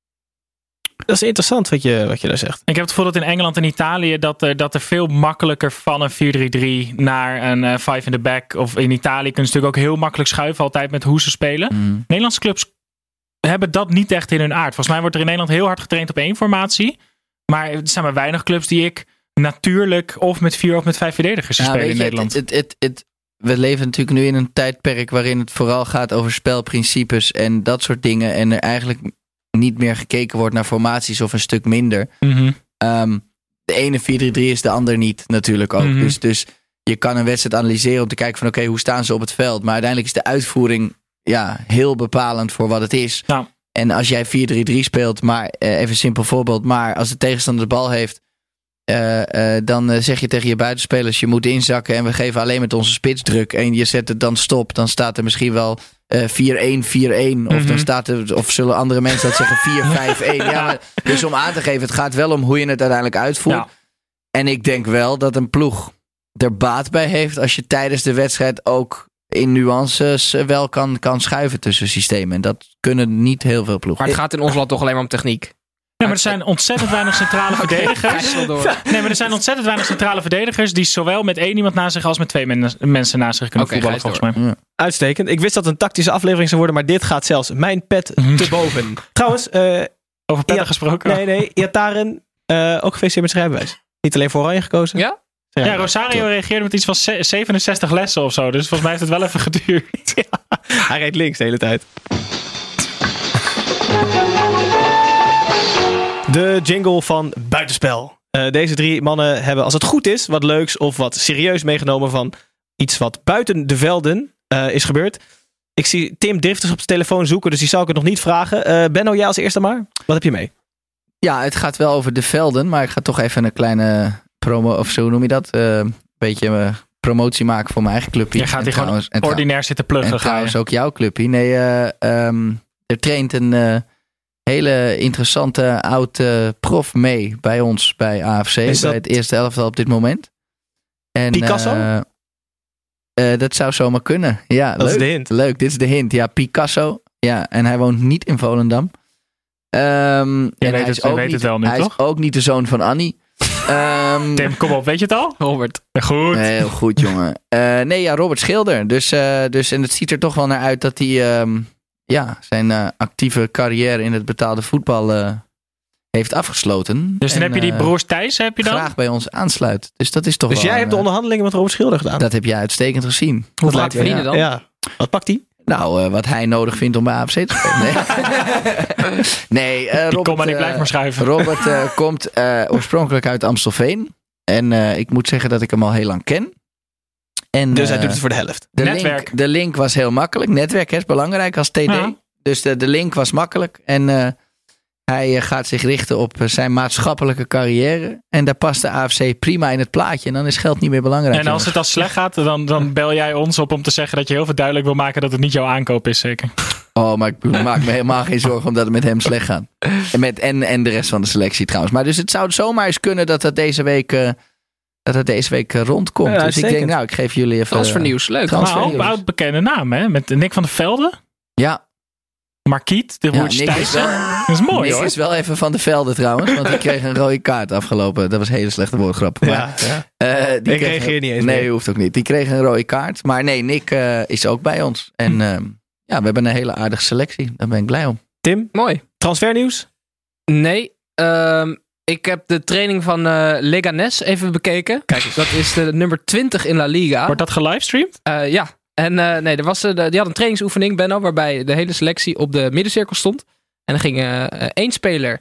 Dat is interessant wat je, wat je daar zegt. Ik heb het gevoel dat in Engeland en Italië dat er, dat er veel makkelijker van een vier drie drie naar een uh, five in the back. Of in Italië kunnen ze natuurlijk ook heel makkelijk schuiven altijd met hoe ze spelen. Mm. Nederlandse clubs hebben dat niet echt in hun aard. Volgens mij wordt er in Nederland heel hard getraind op één formatie. Maar er zijn maar weinig clubs die ik natuurlijk of met vier of met vijf verdedigers ja, spelen in je, Nederland. Het, het, het, het, we leven natuurlijk nu in een tijdperk waarin het vooral gaat over spelprincipes en dat soort dingen. En er eigenlijk niet meer gekeken wordt naar formaties of een stuk minder. Mm-hmm. Um, de ene vier drie drie is de ander niet natuurlijk ook. Mm-hmm. Dus, dus je kan een wedstrijd analyseren om te kijken van oké, okay, hoe staan ze op het veld? Maar uiteindelijk is de uitvoering ja, heel bepalend voor wat het is. Ja. En als jij vier drie drie speelt, maar uh, even een simpel voorbeeld, maar als de tegenstander de bal heeft, Uh, uh, dan uh, zeg je tegen je buitenspelers, je moet inzakken en we geven alleen met onze spits druk. En je zet het dan stop, dan staat er misschien wel uh, vier een vier een. Mm-hmm. Of dan staat er, of zullen andere mensen dat zeggen vier vijf een. Ja, maar, dus om aan te geven, het gaat wel om hoe je het uiteindelijk uitvoert. Ja. En ik denk wel dat een ploeg er baat bij heeft als je tijdens de wedstrijd ook in nuances wel kan, kan schuiven tussen systemen. En dat kunnen niet heel veel ploegen. Maar het gaat in ons land toch alleen maar om techniek. Ja, maar er zijn ontzettend weinig centrale okay, verdedigers. Nee, maar er zijn ontzettend weinig centrale verdedigers die zowel met één iemand naast zich als met twee men- mensen naast zich kunnen okay, voetballen, volgens mij. Ja. Uitstekend. Ik wist dat het een tactische aflevering zou worden, maar dit gaat zelfs mijn pet te boven. Trouwens, uh, over petten ja, gesproken. Nee, nee. Iataren, uh, ook gefeliciteerd met zijn rijbewijs. Niet alleen voor Oranje gekozen. Ja? Ja, Rosario Top. reageerde met iets van zevenenzestig lessen of zo. Dus volgens mij heeft het wel even geduurd. Ja, hij reed links de hele tijd. De jingle van Buitenspel. Uh, deze drie mannen hebben, als het goed is, wat leuks of wat serieus meegenomen van iets wat buiten de velden uh, is gebeurd. Ik zie Tim driftig op zijn telefoon zoeken, dus die zal ik het nog niet vragen. Uh, Benno, jij als eerste maar. Wat heb je mee? Ja, het gaat wel over de velden, maar ik ga toch even een kleine promo, of zo noem je dat? Een uh, beetje uh, promotie maken voor mijn eigen clubje. Je gaat hier gewoon ordinair zitten pluggen. En trouwens ook jouw clubje. Nee, uh, um, er traint een uh, hele interessante oude prof mee bij ons bij A F C. Bij het eerste elftal op dit moment. En, Picasso? Uh, uh, dat zou zomaar kunnen. Ja, dat leuk, is de hint. Leuk, dit is de hint. Ja, Picasso. Ja, en hij woont niet in Volendam. Um, je en weet, hij het, is, ook weet niet, het wel nu, hij toch? is ook niet de zoon van Annie. Um, Tim, kom op, weet je het al? Robert. Goed. Heel goed, jongen. Uh, nee, ja, Robert Schilder. Dus, uh, dus, en het ziet er toch wel naar uit dat hij um, ja, zijn uh, actieve carrière in het betaalde voetbal uh, heeft afgesloten. Dus dan en, heb je die uh, broers Thijs, heb je dan? graag bij ons aansluit. Dus dat is toch Dus wel, jij hebt de onderhandelingen met Robert Schilder gedaan? Dat heb jij uitstekend gezien. Hoeveel laat verdienen dan? Ja. Wat pakt hij? Nou, uh, wat hij nodig vindt om bij A F C te spelen. Nee, nee uh, Robert, kom maar, ik blijf maar schuiven. Robert uh, komt uh, oorspronkelijk uit Amstelveen. En uh, ik moet zeggen dat ik hem al heel lang ken. En, dus uh, hij doet het voor de helft. De Netwerk. Link, de link was heel makkelijk. Netwerk is belangrijk als T D. Ja. Dus de, de link was makkelijk. En uh, hij uh, gaat zich richten op uh, zijn maatschappelijke carrière. En daar past de A F C prima in het plaatje. En dan is geld niet meer belangrijk. En als jongens. het al slecht gaat, dan, dan bel jij ons op om te zeggen dat je heel veel duidelijk wil maken dat het niet jouw aankoop is, zeker? Oh, maar ik maak me helemaal geen zorgen omdat het met hem slecht gaat. En, met, en, en de rest van de selectie trouwens. Maar dus het zou zomaar eens kunnen dat dat deze week... Uh, dat het deze week rondkomt. Ja, dus ik denk, nou, ik geef jullie even... Transfernieuws, leuk. Maar ook oud bekende naam, hè? Met Nick van der Velde. Ja. Marquiet, de broertjes ja, Thijs. Dat is mooi, Nick hoor. Nick is wel even van de Velde trouwens, want die kreeg een rode kaart afgelopen. Dat was een hele slechte woordgrap. Maar, ja, ja. Uh, die ik reageer niet eens Nee, mee. hoeft ook niet. Die kreeg een rode kaart. Maar nee, Nick uh, is ook bij ons. En uh, ja, we hebben een hele aardige selectie. Daar ben ik blij om. Tim? Mooi. Transfernieuws? Nee, um, ik heb de training van uh, Leganés even bekeken. Kijk eens. Dat is de nummer twintig in La Liga. Wordt dat gelivestreamd? Uh, ja. En uh, nee, er was, uh, die had een trainingsoefening, Benno, waarbij de hele selectie op de middencirkel stond. En dan ging uh, één speler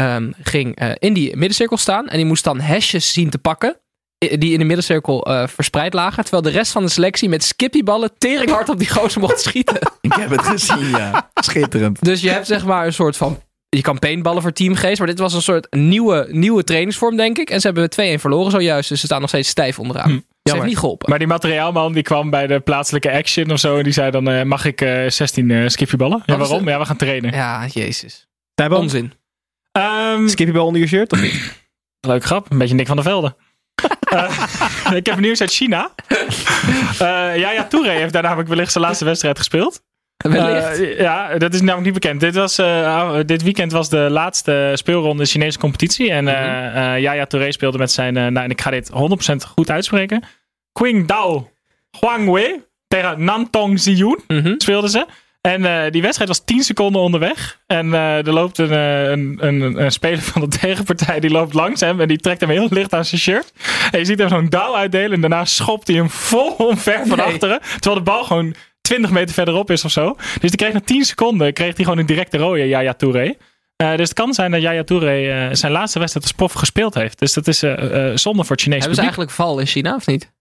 um, ging uh, in die middencirkel staan. En die moest dan hesjes zien te pakken. Die in de middencirkel uh, verspreid lagen. Terwijl de rest van de selectie met skippyballen teringhard op die gozer mocht schieten. Ik heb het gezien, ja. Schitterend. Dus je hebt zeg maar een soort van... Je kan paintballen voor teamgeest. Maar dit was een soort nieuwe, nieuwe trainingsvorm, denk ik. En ze hebben twee-een verloren zojuist. Dus ze staan nog steeds stijf onderaan. Hm. Ze heeft niet geholpen. Maar die materiaalman die kwam bij de plaatselijke Action of zo. En die zei dan, uh, mag ik uh, zestien uh, skippyballen? Ja, waarom? Ja, we gaan trainen. Ja, jezus. Tijbal? Onzin. Um, Skippybal onder je shirt, of niet? Leuk grap. Een beetje Nick van der Velde. uh, ik heb nieuws uit China. Uh, Yaya Touré heeft daar namelijk wellicht zijn laatste wedstrijd gespeeld. Uh, ja, dat is namelijk niet bekend. Dit, was, uh, dit weekend was de laatste speelronde in de Chinese competitie. En uh, uh, Yaya Touré speelde met zijn... Uh, nou, en ik ga dit honderd procent goed uitspreken. Qingdao Huangwei tegen Nantong Ziyun mm-hmm. speelden ze. En uh, die wedstrijd was tien seconden onderweg. En uh, er loopt een, een, een, een speler van de tegenpartij. Die loopt langs hem. En die trekt hem heel licht aan zijn shirt. En je ziet hem zo'n douw uitdelen. En daarna schopt hij hem vol omver van nee. achteren. Terwijl de bal gewoon twintig meter verderop is of zo. Dus die kreeg na tien seconden kreeg hij gewoon een directe rode, Yaya Touré. Uh, dus het kan zijn dat Yaya Touré uh, zijn laatste wedstrijd als prof gespeeld heeft. Dus dat is uh, uh, zonde voor het Chinese publiek. Hebben ze eigenlijk val in China of niet?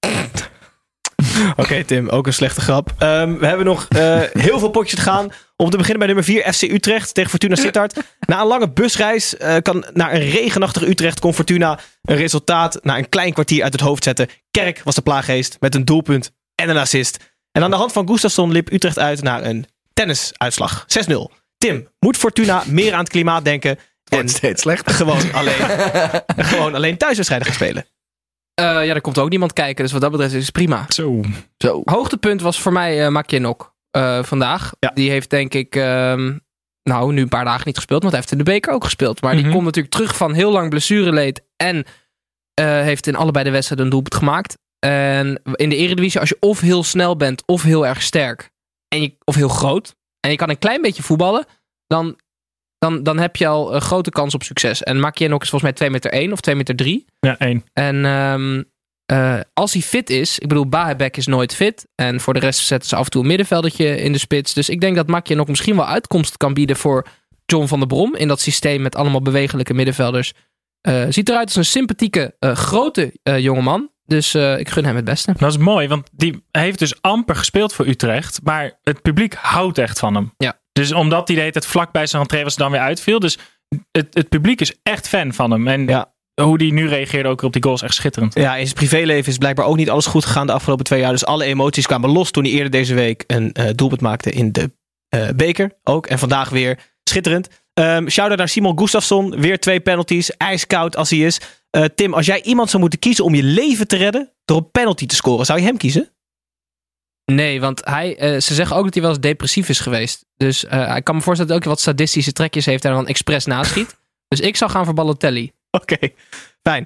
Oké, okay, Tim, ook een slechte grap. Um, we hebben nog uh, heel veel potjes te gaan. Om te beginnen bij nummer vier, F C Utrecht tegen Fortuna Sittard. Na een lange busreis uh, kan naar een regenachtig Utrecht kon Fortuna een resultaat na een klein kwartier uit het hoofd zetten. Kerk was de plaaggeest met een doelpunt en een assist. En aan de hand van Gustafsson liep Utrecht uit naar een tennisuitslag. zes nul. Tim, moet Fortuna meer aan het klimaat denken? En steeds slechter. Gewoon alleen, gewoon alleen thuiswedstrijden gaan spelen. Uh, ja, er komt ook niemand kijken. Dus wat dat betreft is het prima. Zo. Zo. Hoogtepunt was voor mij uh, Makienok uh, vandaag. Ja. Die heeft denk ik... Um, nou, nu een paar dagen niet gespeeld. Want hij heeft in de beker ook gespeeld. Maar mm-hmm. die komt natuurlijk terug van heel lang blessureleed. En uh, heeft in allebei de wedstrijden een doelpunt gemaakt. En in de Eredivisie, als je of heel snel bent... of heel erg sterk. En je, of heel groot. En je kan een klein beetje voetballen... dan, dan, dan heb je al een grote kans op succes. En Makienok is volgens mij twee meter één of twee meter drie. Ja, één. En um, uh, als hij fit is... Ik bedoel, Bahebek is nooit fit. En voor de rest zetten ze af en toe een middenveldertje in de spits. Dus ik denk dat Makienok misschien wel uitkomst kan bieden... voor John van der Brom. In dat systeem met allemaal bewegelijke middenvelders. Uh, ziet eruit als een sympathieke, uh, grote uh, jongeman. Dus uh, ik gun hem het beste. Dat is mooi, want die heeft dus amper gespeeld voor Utrecht. Maar het publiek houdt echt van hem. Ja. Dus omdat hij de hele tijd vlak bij zijn rentree was dan weer uitviel. Dus het, het publiek is echt fan van hem. En ja. hoe hij nu reageerde ook op die goals, echt schitterend. Ja, in zijn privéleven is blijkbaar ook niet alles goed gegaan de afgelopen twee jaar. Dus alle emoties kwamen los toen hij eerder deze week een uh, doelpunt maakte in de uh, beker. Ook. En vandaag weer schitterend. Um, shout-out naar Simon Gustafsson. Weer twee penalties. IJskoud als hij is. Uh, Tim, als jij iemand zou moeten kiezen om je leven te redden door een penalty te scoren, zou je hem kiezen? Nee, want hij, uh, ze zeggen ook dat hij wel eens depressief is geweest. Dus uh, ik kan me voorstellen dat hij ook wat sadistische trekjes heeft en dan expres naschiet. Dus ik zou gaan voor Balotelli. Oké, okay, fijn.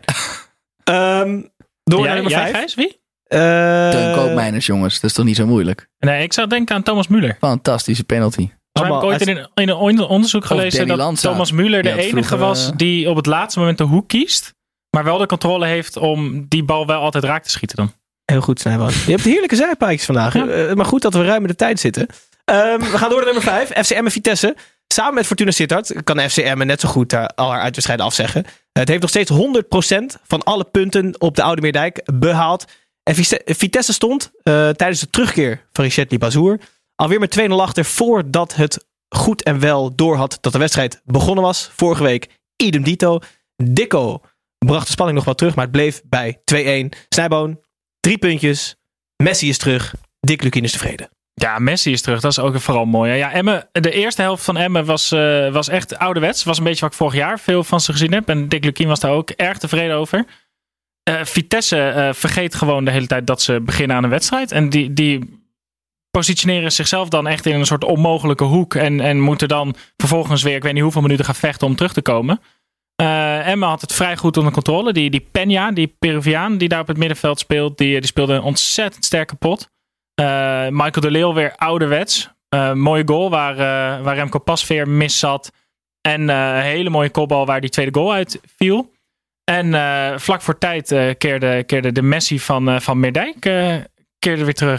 um, door jij, naar nummer jij, vijf. Gijs, wie? Uh, Teun Koopmeiners, jongens. Dat is toch niet zo moeilijk? Nee, ik zou denken aan Thomas Müller. Fantastische penalty. We hebben ooit in een, in een onderzoek gelezen dat Lanza. Thomas Müller de enige vroeger, was die op het laatste moment de hoek kiest. Maar wel de controle heeft om die bal wel altijd raak te schieten dan. Heel goed, Snijboon. Je hebt heerlijke zijpaadjes vandaag. Ja. Uh, maar goed dat we ruim in de tijd zitten. Um, we gaan door naar nummer vijf. F C Emmen Vitesse. Samen met Fortuna Sittard kan F C Emmen net zo goed uh, al haar uitwedstrijden afzeggen. Uh, het heeft nog steeds honderd procent van alle punten op de Oude Meerdijk behaald. En Vitesse stond uh, tijdens de terugkeer van Richetli Bazoer alweer met twee nul achter voordat het goed en wel doorhad dat de wedstrijd begonnen was. Vorige week idem dito. Dikko bracht de spanning nog wat terug, maar het bleef bij twee-een. Snijboon, drie puntjes. Messi is terug. Dick Lukien is tevreden. Ja, Messi is terug. Dat is ook vooral mooi. Ja, Emmen, de eerste helft van Emmen was, uh, was echt ouderwets. Was een beetje wat ik vorig jaar veel van ze gezien heb. En Dick Lukien was daar ook erg tevreden over. Uh, Vitesse uh, vergeet gewoon de hele tijd dat ze beginnen aan een wedstrijd. En die, die positioneren zichzelf dan echt in een soort onmogelijke hoek. En, en moeten dan vervolgens weer, ik weet niet hoeveel minuten gaan vechten om terug te komen. Uh, Emma had het vrij goed onder controle. Die, die Peña, die Peruviaan die daar op het middenveld speelt, die, die speelde een ontzettend sterke pot. Uh, Michael de Leeuw weer ouderwets. Uh, mooie goal waar, uh, waar Remco Pasveer mis zat. En uh, een hele mooie kopbal waar die tweede goal uit viel. En uh, vlak voor tijd uh, keerde, keerde de Messi van, uh, van Meerdijk uh, keerde weer terug.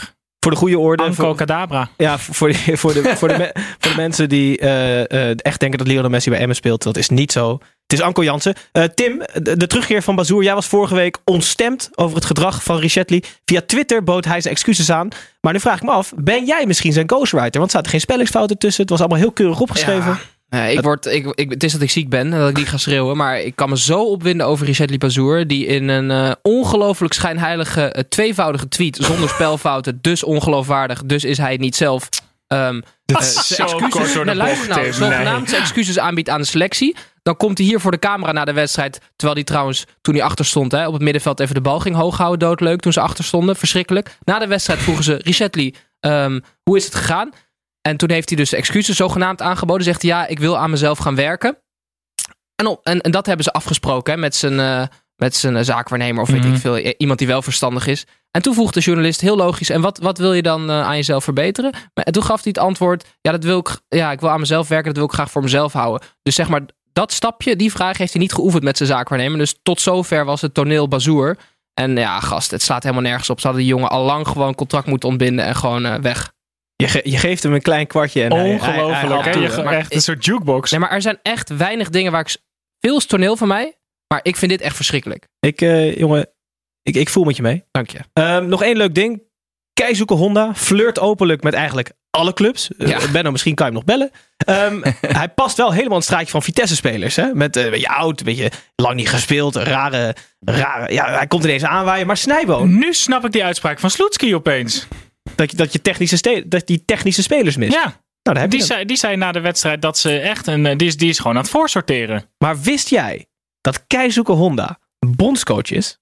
voor de goede orde. Anco voor, Cadabra. Ja, voor de, voor de, voor de, me, voor de mensen die uh, uh, echt denken dat Lionel Messi bij Emmen speelt. Dat is niet zo. Het is Anko Jansen. Uh, Tim, de, de terugkeer van Bazoer. Jij was vorige week ontstemd over het gedrag van Richetli. Via Twitter bood hij zijn excuses aan. Maar nu vraag ik me af, ben jij misschien zijn ghostwriter? Want er zaten geen spellingsfouten tussen. Het was allemaal heel keurig opgeschreven. Ja. Nee, ik word, ik, ik, het is dat ik ziek ben en dat ik niet ga schreeuwen. Maar ik kan me zo opwinden over Richetli Bazoer. Die in een uh, ongelooflijk schijnheilige uh, tweevoudige tweet zonder spelfouten. Dus ongeloofwaardig. Dus is hij het niet zelf. Um, uh, zo excuses, kort door de nee, luister bocht, nou, Tim, zogenaamd nee. excuses aanbiedt aan de selectie. Dan komt hij hier voor de camera na de wedstrijd. Terwijl hij trouwens, toen hij achter stond, hè, op het middenveld even de bal ging hoog houden. Doodleuk toen ze achter stonden. Verschrikkelijk. Na de wedstrijd vroegen ze Richetli, um, hoe is het gegaan? En toen heeft hij dus excuses zogenaamd aangeboden. Zegt hij, ja, ik wil aan mezelf gaan werken. En, op, en, en dat hebben ze afgesproken hè, met zijn, uh, met zijn uh, zaakwaarnemer of weet Mm-hmm. ik veel. Iemand die wel verstandig is. En toen vroeg de journalist heel logisch. En wat, wat wil je dan uh, aan jezelf verbeteren? Maar, en toen gaf hij het antwoord. Ja, dat wil ik, ja, ik wil aan mezelf werken. Dat wil ik graag voor mezelf houden. Dus zeg maar, dat stapje, die vraag heeft hij niet geoefend met zijn zaakwaarnemer. Dus tot zover was het toneel Bazoer. En ja, gast, het slaat helemaal nergens op. Ze hadden die jongen al lang gewoon contract moeten ontbinden en gewoon uh, weg. Je, ge- je geeft hem een klein kwartje. En Ongelooflijk, hè? Je ge- ge- echt een soort jukebox. Nee, maar er zijn echt weinig dingen waar ik... Veel is toneel van mij, maar ik vind dit echt verschrikkelijk. Ik, uh, jongen, ik, ik voel met je mee. Dank je. Um, nog één leuk ding. Keisuke Honda flirt openlijk met eigenlijk alle clubs. Uh, Ja. Benno, misschien kan je hem nog bellen. Um, hij past wel helemaal in het straatje van Vitesse-spelers. Hè? Met uh, een beetje oud, een beetje lang niet gespeeld. Rare, rare, ja, hij komt ineens aanwaaien. Maar Snijboon, Nu snap ik die uitspraak van Sloetski opeens. dat je, dat je technische, ste- dat die technische spelers mist. Ja, Nou, daar heb je die hem. zei, die zei na de wedstrijd dat ze echt een... uh, Die is, die is gewoon aan het voorsorteren. Maar wist jij dat Keisuke Honda bondscoach is?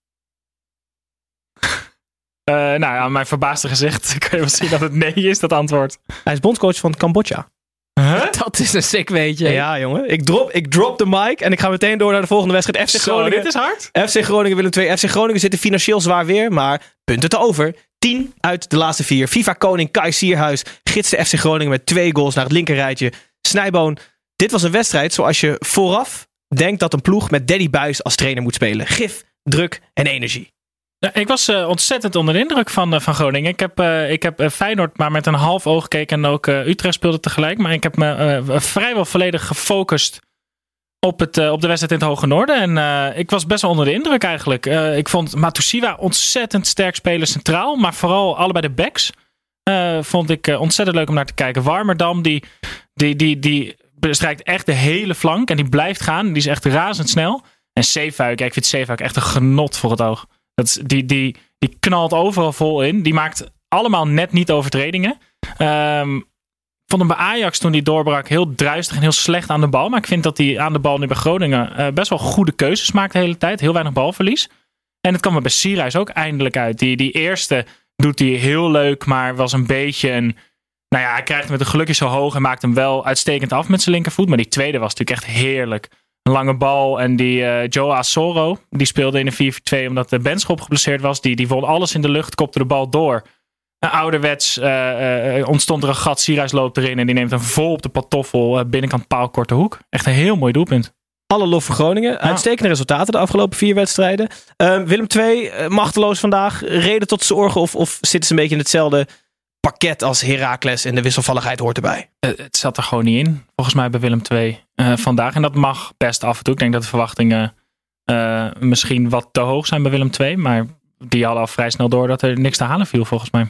Uh, nou ja, mijn verbaasde gezicht kan je wel zien dat het nee is, dat antwoord. Hij is bondscoach van Cambodja. Huh? Dat is een sick weetje. Ja, jongen. Ik drop, ik drop de mic en ik ga meteen door naar de volgende wedstrijd. F C Zo, Groningen. dit is hard. F C Groningen Willem twee. F C Groningen zitten financieel zwaar weer, maar punten te over. tien uit de laatste vier. FIFA-koning Kai Sierhuis gidste F C Groningen met twee goals naar het linkerrijtje. Snijboon, dit was een wedstrijd zoals je vooraf denkt dat een ploeg met Danny Buijs als trainer moet spelen. Gif, druk en energie. Ja, ik was uh, ontzettend onder de indruk van, uh, van Groningen. Ik heb, uh, ik heb uh, Feyenoord maar met een half oog gekeken en ook uh, Utrecht speelde tegelijk. Maar ik heb me uh, vrijwel volledig gefocust op, het, uh, op de wedstrijd in het Hoge Noorden. En uh, ik was best wel onder de indruk eigenlijk. Uh, ik vond Matusiwa ontzettend sterk spelen centraal. Maar vooral allebei de backs uh, vond ik uh, ontzettend leuk om naar te kijken. Warmerdam die, die, die, die bestrijkt echt de hele flank en die blijft gaan. Die is echt razendsnel. En Zeefuik, ja, ik vind Zeefuik echt een genot voor het oog. Dat is, die, die, die knalt overal vol in. Die maakt allemaal net niet overtredingen. Um, ik vond hem bij Ajax toen hij doorbrak heel druistig en heel slecht aan de bal. Maar ik vind dat hij aan de bal nu bij Groningen uh, best wel goede keuzes maakt de hele tijd. Heel weinig balverlies. En het kwam er bij Sierhuis ook eindelijk uit. Die, die eerste doet hij heel leuk, maar was een beetje een... Nou ja, hij krijgt hem met een gelukje zo hoog en maakt hem wel uitstekend af met zijn linkervoet. Maar die tweede was natuurlijk echt heerlijk. Een lange bal en die uh, Joe Asoro, die speelde in een vier vier twee omdat de Benschop geblesseerd was. Die, die won alles in de lucht, kopte de bal door. Uh, ouderwets uh, uh, ontstond er een gat, Sierhuis loopt erin en die neemt hem vol op de pantoffel, uh, binnenkant paal, korte hoek. Echt een heel mooi doelpunt. Alle lof voor Groningen. Uitstekende resultaten de afgelopen vier wedstrijden. Uh, Willem twee, uh, machteloos vandaag. Reden tot zorgen of, of zitten ze een beetje in hetzelfde pakket als Heracles en de wisselvalligheid hoort erbij? Uh, het zat er gewoon niet in, volgens mij bij Willem twee uh, vandaag. En dat mag best af en toe. Ik denk dat de verwachtingen uh, misschien wat te hoog zijn bij Willem twee. Maar die hadden al vrij snel door dat er niks te halen viel, volgens mij.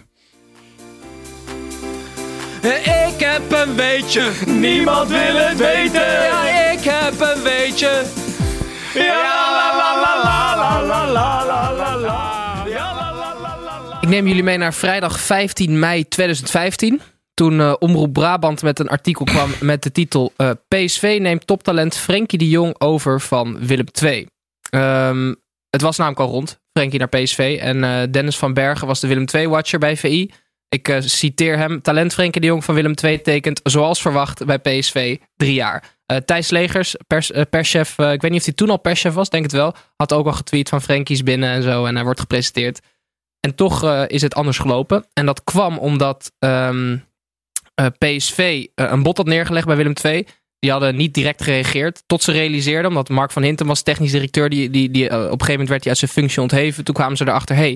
Ik heb een weetje. Niemand wil het weten. Ja, ik heb een weetje. Ja, la la la la la la la la la la. Ja, la la la la. Ik neem jullie mee naar vrijdag vijftien mei tweeduizend vijftien. Toen uh, Omroep Brabant met een artikel kwam met de titel uh, P S V neemt toptalent Frenkie de Jong over van Willem twee. Um, het was namelijk al rond, Frenkie naar P S V. En uh, Dennis van Bergen was de Willem twee-watcher bij V I. Ik uh, citeer hem. Talent Frenkie de Jong van Willem twee tekent zoals verwacht bij P S V drie jaar. Uh, Thijs Legers, pers, uh, perschef, uh, ik weet niet of hij toen al perschef was, denk het wel. Had ook al getweet van Frenkie is binnen en zo. En hij wordt gepresenteerd. En toch uh, is het anders gelopen. En dat kwam omdat um, uh, P S V uh, een bod had neergelegd bij Willem twee. Die hadden niet direct gereageerd. Tot ze realiseerden, omdat Mark van Hintem was technisch directeur. Die, die, die, uh, op een gegeven moment werd hij uit zijn functie ontheven. Toen kwamen ze erachter, hey,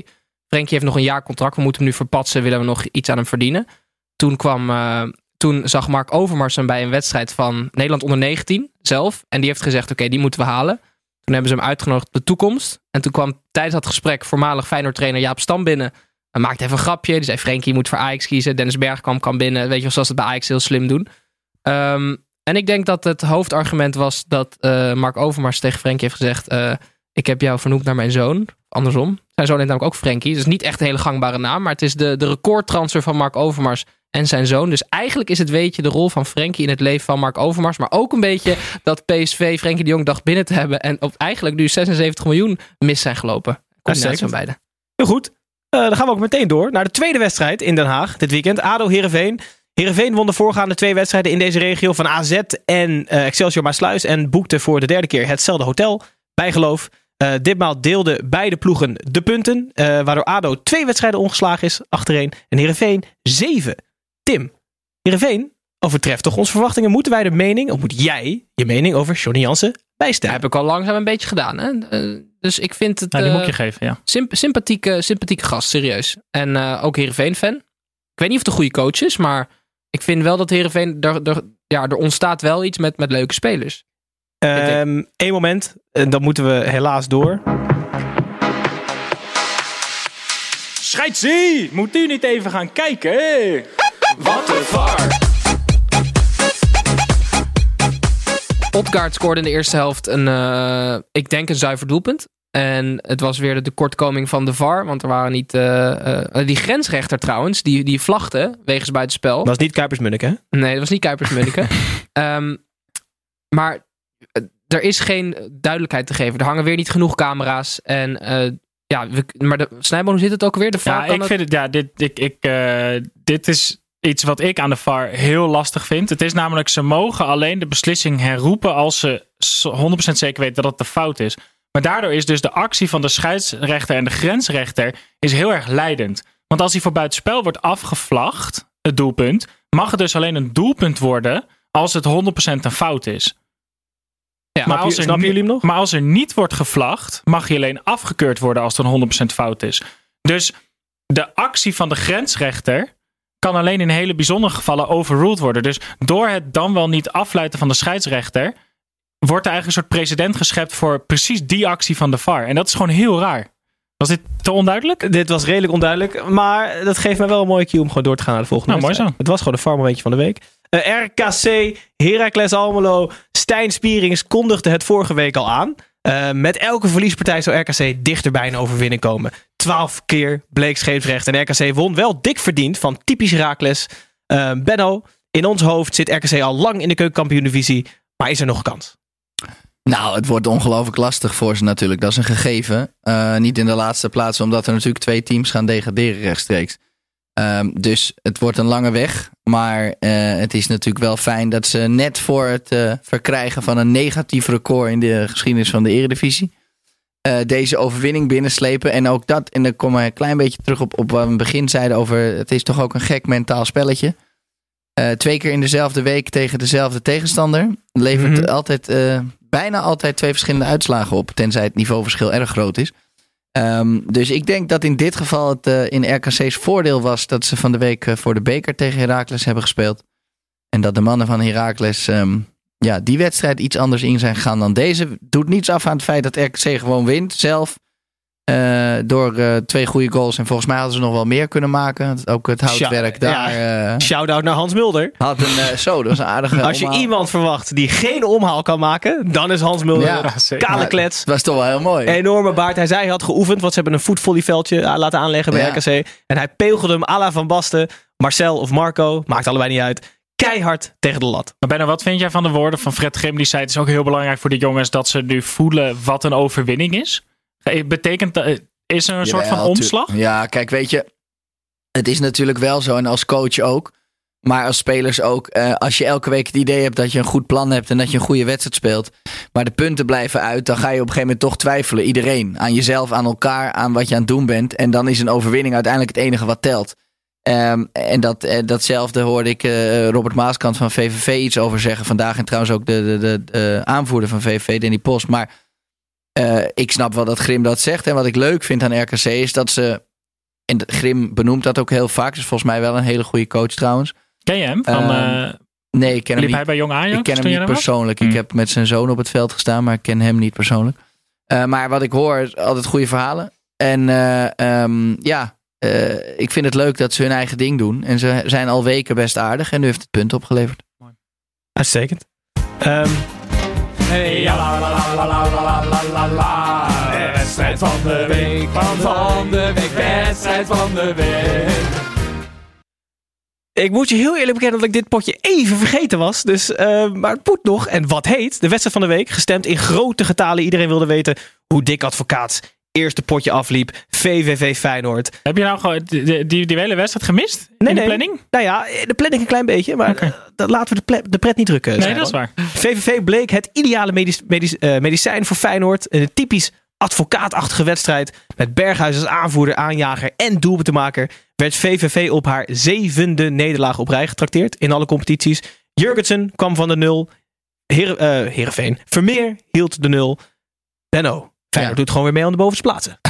Frenkie heeft nog een jaar contract. We moeten hem nu verpatsen. Willen we nog iets aan hem verdienen? Toen kwam... Uh, toen zag Mark Overmars hem bij een wedstrijd van Nederland onder negentien zelf. En die heeft gezegd, oké, okay, die moeten we halen. Toen hebben ze hem uitgenodigd op de toekomst. En toen kwam tijdens dat gesprek voormalig Feyenoord-trainer Jaap Stam binnen. Hij maakte even een grapje. Die zei, Frenkie moet voor Ajax kiezen. Dennis Bergkamp kwam binnen. Weet je, zoals het bij Ajax heel slim doen. Um, en ik denk dat het hoofdargument was dat uh, Mark Overmars tegen Frenkie heeft gezegd... Uh, ik heb jou vernoemd naar mijn zoon. Andersom. Zijn zoon heet namelijk ook Frenkie. Dus niet echt een hele gangbare naam. Maar het is de, de recordtransfer van Mark Overmars en zijn zoon. Dus eigenlijk is het weetje de rol van Frenkie in het leven van Mark Overmars. Maar ook een beetje dat P S V Frenkie de Jong dacht binnen te hebben. En op eigenlijk nu zesenzeventig miljoen mis zijn gelopen. Combinatie van beide. Heel goed. Uh, dan gaan we ook meteen door naar de tweede wedstrijd in Den Haag dit weekend. ADO Heerenveen. Heerenveen won de voorgaande twee wedstrijden in deze regio van A Z en uh, Excelsior Maasluis. En boekte voor de derde keer hetzelfde hotel. Bijgeloof. Uh, ditmaal deelden beide ploegen de punten. Uh, waardoor ADO twee wedstrijden ongeslagen is achtereen. En Heerenveen zeven. Tim, Heerenveen overtreft toch onze verwachtingen. Moeten wij de mening, of moet jij je mening over Johnny Jansen bijstellen? Dat heb ik al langzaam een beetje gedaan. Hè? Uh, dus ik vind het... Nou, die uh, moet je geven, ja. Symp- sympathieke, sympathieke gast, serieus. En uh, ook Heerenveen-fan. Ik weet niet of het een goede coach is, maar ik vind wel dat Heerenveen... Er, er, ja, er ontstaat wel iets met, met leuke spelers. Eén um, moment, en dan moeten we helaas door. Scheidsie, moet u niet even gaan kijken? Hey. Wat een V A R. Odgaard scoorde in de eerste helft een, uh, ik denk een zuiver doelpunt. En het was weer de tekortkoming van de V A R. Want er waren niet... Uh, uh, die grensrechter trouwens, die, die vlagde wegens buitenspel. Dat was niet Kuipers-Munneke, hè? Nee, dat was niet Kuipers-Munneke. um, maar uh, er is geen duidelijkheid te geven. Er hangen weer niet genoeg camera's. En uh, ja, we, maar de, Snijboon, hoe zit het ook weer? De V A R ja, kan ik het... vind het... Ja, dit, ik, ik, uh, dit is iets wat ik aan de V A R heel lastig vind. Het is namelijk, ze mogen alleen de beslissing herroepen als ze honderd procent zeker weten dat het de fout is. Maar daardoor is dus de actie van de scheidsrechter en de grensrechter is heel erg leidend. Want als hij voor buitenspel wordt afgevlagd, het doelpunt, mag het dus alleen een doelpunt worden als het honderd procent een fout is. Ja, maar als er, snappen jullie hem nog? Maar als er niet wordt gevlagd, mag hij alleen afgekeurd worden als het een honderd procent fout is. Dus de actie van de grensrechter kan alleen in hele bijzondere gevallen overruled worden. Dus door het dan wel niet afluiten van de scheidsrechter, wordt er eigenlijk een soort precedent geschept voor precies die actie van de V A R. En dat is gewoon heel raar. Was dit te onduidelijk? Dit was redelijk onduidelijk. Maar dat geeft mij wel een mooie cue om gewoon door te gaan naar de volgende nou, wedstrijd. Mooi zo. Het was gewoon de V A R-momentje van de week. Uh, R K C, Heracles Almelo, Stijn Spierings kondigde het vorige week al aan. Uh, met elke verliespartij zou R K C dichter bij een overwinning komen. Twaalf keer bleek scheepsrecht. En R K C won wel dik verdiend van typisch Heracles. Uh, Benno, in ons hoofd zit R K C al lang in de keukenkampioen-divisie. Maar is er nog een kans? Nou, het wordt ongelooflijk lastig voor ze natuurlijk. Dat is een gegeven. Uh, niet in de laatste plaats, omdat er natuurlijk twee teams gaan degraderen rechtstreeks. Um, dus het wordt een lange weg. Maar uh, het is natuurlijk wel fijn dat ze net voor het uh, verkrijgen van een negatief record in de geschiedenis van de Eredivisie Uh, deze overwinning binnenslepen. En ook dat, en dan komen we een klein beetje terug op, op wat we in het begin zeiden over, het is toch ook een gek mentaal spelletje. Uh, twee keer in dezelfde week tegen dezelfde tegenstander. Levert mm-hmm. altijd, uh, bijna altijd twee verschillende uitslagen op. Tenzij het niveauverschil erg groot is. Um, dus ik denk dat in dit geval het uh, in R K C's voordeel was dat ze van de week uh, voor de beker tegen Heracles hebben gespeeld. En dat de mannen van Heracles um, ja, die wedstrijd iets anders in zijn gegaan dan deze. Doet niets af aan het feit dat R K C gewoon wint zelf. Uh, door uh, twee goede goals. En volgens mij hadden ze nog wel meer kunnen maken. Ook het houtwerk Shout, daar. Ja. Uh, Shout-out naar Hans Mulder. Had een, uh, zo, dat was een aardige Als je omhaal. iemand verwacht die geen omhaal kan maken, dan is Hans Mulder. Ja, kale klets. Het was toch wel heel mooi. Enorme baard. Hij zei hij had geoefend, want ze hebben een voetvolleyveldje laten aanleggen bij ja. R K C. En hij pegelde hem à la Van Basten. Marcel of Marco, maakt allebei niet uit. Keihard tegen de lat. Maar Benno, wat vind jij van de woorden van Fred Grim? Die zei het is ook heel belangrijk voor de jongens dat ze nu voelen wat een overwinning is. Betekent dat... Is er een Jawel, soort van omslag? Tu- ja, kijk, weet je, het is natuurlijk wel zo en als coach ook, maar als spelers ook. Uh, als je elke week het idee hebt dat je een goed plan hebt en dat je een goede wedstrijd speelt, maar de punten blijven uit, dan ga je op een gegeven moment toch twijfelen. Iedereen, aan jezelf, aan elkaar, aan wat je aan het doen bent. En dan is een overwinning uiteindelijk het enige wat telt. Um, en dat, uh, datzelfde hoorde ik uh, Robert Maaskant van V V V iets over zeggen vandaag. En trouwens ook de, de, de, de aanvoerder van V V V, Danny Post. Maar Uh, ik snap wel dat Grim dat zegt. En wat ik leuk vind aan R K C is dat ze en Grim benoemt dat ook heel vaak. Dus volgens mij wel een hele goede coach trouwens. Ken je hem? Van, uh, uh, nee, ik ken hem liep niet. hij bij Jong Ajax? Ik ken hem niet persoonlijk. Hmm. Ik heb met zijn zoon op het veld gestaan, maar ik ken hem niet persoonlijk. Uh, maar wat ik hoor, is altijd goede verhalen. En uh, um, ja, uh, ik vind het leuk dat ze hun eigen ding doen. En ze zijn al weken best aardig. En nu heeft het punt opgeleverd. Uitstekend. Um, Hey, ja, la, la, la, la, la, la, la, la, la. Wedstrijd van de week, van, van de week, wedstrijd van de week. Ik moet je heel eerlijk bekennen dat ik dit potje even vergeten was. Dus, uh, maar het moet nog. En wat heet? De wedstrijd van de week. Gestemd in grote getalen. Iedereen wilde weten hoe Dick Advocaats eerste potje afliep. V V V Feyenoord. Heb je nou gewoon die, die, die hele wedstrijd gemist? Nee, in de nee. planning? Nou ja, de planning een klein beetje. Maar okay. uh, laten we de, ple- de pret niet drukken. Nee, dat is waar. V V V bleek het ideale medisch, medisch, uh, medicijn voor Feyenoord. Een typisch advocaatachtige wedstrijd. Met Berghuis als aanvoerder, aanjager en doelpuntenmaker. Werd V V V op haar zevende nederlaag op rij getrakteerd. In alle competities. Jurgensen kwam van de nul. Heer, uh, Heerenveen. Vermeer hield de nul. Benno. Feyenoord ja. doet gewoon weer mee aan de bovenste plaatsen.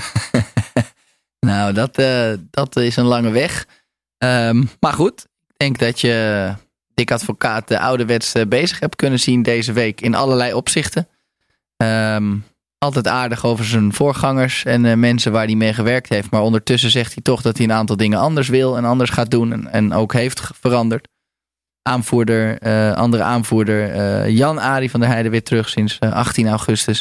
Nou, dat, uh, dat is een lange weg. Um, maar goed, ik denk dat je Dick Advocaat de ouderwets bezig hebt kunnen zien deze week in allerlei opzichten. Um, altijd aardig over zijn voorgangers en uh, mensen waar hij mee gewerkt heeft. Maar ondertussen zegt hij toch dat hij een aantal dingen anders wil en anders gaat doen. En, en ook heeft veranderd. Aanvoerder, uh, andere aanvoerder, uh, Jan-Arie van der Heijden weer terug sinds uh, achttien augustus.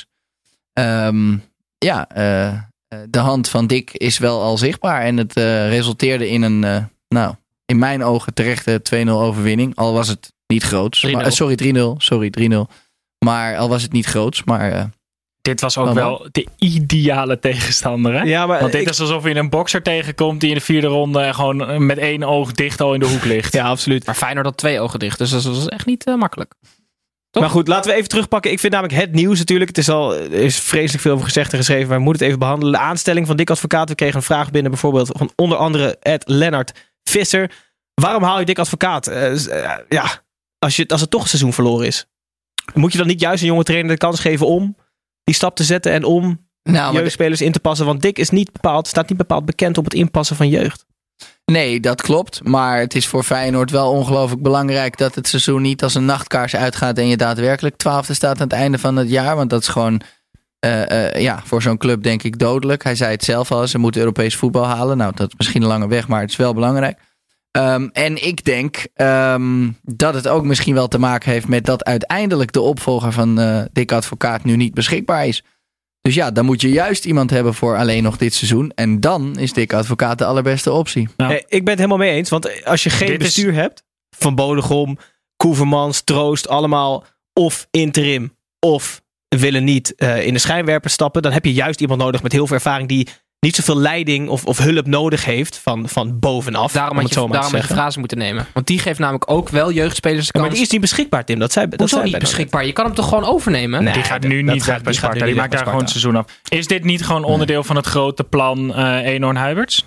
Um, ja, uh, de hand van Dick is wel al zichtbaar. En het uh, resulteerde in een, uh, nou, in mijn ogen terechte twee nul overwinning. Al was het niet groots. Maar, uh, sorry, drie nul. Sorry, drie nul. Maar al was het niet groots. Maar uh, dit was ook wel de ideale tegenstander. Hè? Ja, maar Want dit ik... is alsof je een bokser tegenkomt die in de vierde ronde gewoon met één oog dicht al in de hoek ligt. Ja, absoluut. Maar Feyenoord had twee ogen dicht. Dus dat was echt niet uh, makkelijk. Toch? Maar goed, laten we even terugpakken. Ik vind namelijk het nieuws natuurlijk. Het is al, er is vreselijk veel over gezegd en geschreven. Maar we moeten het even behandelen. De aanstelling van Dick Advocaat. We kregen een vraag binnen bijvoorbeeld van onder andere Ed Lennart Visser. Waarom haal je Dick Advocaat? Uh, uh, ja, als, je, als het toch een seizoen verloren is. Moet je dan niet juist een jonge trainer de kans geven om die stap te zetten en om nou, jeugdspelers de... in te passen? Want Dick is niet bepaald, staat niet bepaald bekend op het inpassen van jeugd. Nee, dat klopt. Maar het is voor Feyenoord wel ongelooflijk belangrijk dat het seizoen niet als een nachtkaars uitgaat en je daadwerkelijk twaalfde staat aan het einde van het jaar. Want dat is gewoon uh, uh, ja, voor zo'n club denk ik dodelijk. Hij zei het zelf al, ze moeten Europees voetbal halen. Nou, dat is misschien een lange weg, maar het is wel belangrijk. Um, en ik denk um, dat het ook misschien wel te maken heeft met dat uiteindelijk de opvolger van uh, Dick Advocaat nu niet beschikbaar is. Dus ja, dan moet je juist iemand hebben voor alleen nog dit seizoen. En dan is Dick Advocaat de allerbeste optie. Nou, hey, ik ben het helemaal mee eens. Want als je geen bestuur is... hebt, Van Bodegom, Koevermans, Troost, allemaal of interim of willen niet uh, in de schijnwerper stappen, dan heb je juist iemand nodig met heel veel ervaring die niet zoveel leiding of, of hulp nodig heeft van, van bovenaf. Daarom had je, daarom had je Frazen moeten nemen. Want die geeft namelijk ook wel jeugdspelers de kans. Ja, maar die is niet beschikbaar, Tim. Dat zei, dat Hoezo zei niet beschikbaar? Je kan hem toch gewoon overnemen? Nee, die gaat nu niet weg bij Sparta. Die maakt daar gewoon het seizoen af. Is dit niet gewoon onderdeel van het grote plan uh, Eenhoorn Huiberts?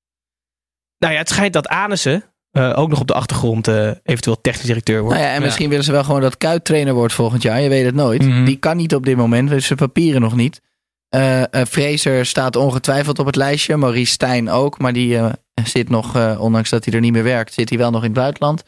Nou ja, het schijnt dat Arnissen uh, ook nog op de achtergrond uh, eventueel technisch directeur wordt. Nou ja, en misschien ja. willen ze wel gewoon dat Kuyt trainer wordt volgend jaar. Je weet het nooit. Mm-hmm. Die kan niet op dit moment. Dus zijn papieren nog niet. Uh, uh, Fraser staat ongetwijfeld op het lijstje. Maurice Stijn ook. Maar die uh, zit nog, uh, ondanks dat hij er niet meer werkt, zit hij wel nog in het buitenland.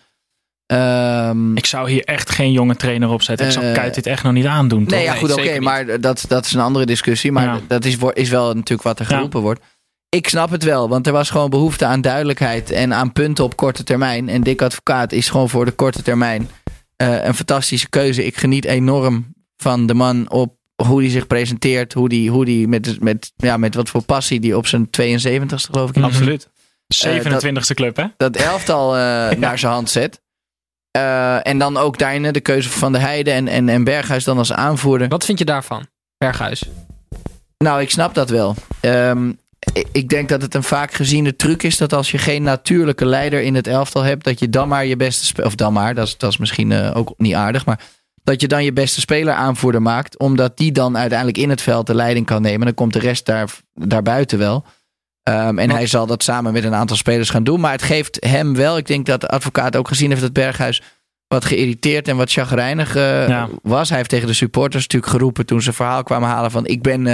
Um, ik zou hier echt geen jonge trainer op zetten. Ik zou uh, Kuyt dit echt nog niet aandoen. Nee, ja, goed, oké. Okay, maar dat, dat is een andere discussie. Maar ja. dat is, is wel natuurlijk wat er geroepen ja. wordt. Ik snap het wel, want er was gewoon behoefte aan duidelijkheid en aan punten op korte termijn. En Dick Advocaat is gewoon voor de korte termijn uh, een fantastische keuze. Ik geniet enorm van de man op hoe hij zich presenteert, hoe die, hoe die met, met, ja, met wat voor passie die op zijn tweeënzeventigste geloof ik. Mm-hmm. Absoluut. zevenentwintigste club, hè? Dat elftal uh, ja. naar zijn hand zet. Uh, en dan ook daarin de keuze van de Heide en, en, en Berghuis dan als aanvoerder. Wat vind je daarvan, Berghuis? Nou, ik snap dat wel. Um, ik denk dat het een vaak geziene truc is dat als je geen natuurlijke leider in het elftal hebt, dat je dan maar je beste speler, of dan maar, dat is, dat is misschien uh, ook niet aardig, maar dat je dan je beste speler aanvoerder maakt, omdat die dan uiteindelijk in het veld de leiding kan nemen. Dan komt de rest daar, daarbuiten wel. Um, en hij zal dat samen met een aantal spelers gaan doen. Maar het geeft hem wel, ik denk dat de advocaat ook gezien heeft dat Berghuis wat geïrriteerd en wat chagrijnig uh, ja. was. Hij heeft tegen de supporters natuurlijk geroepen toen ze verhaal kwamen halen van ik ben uh,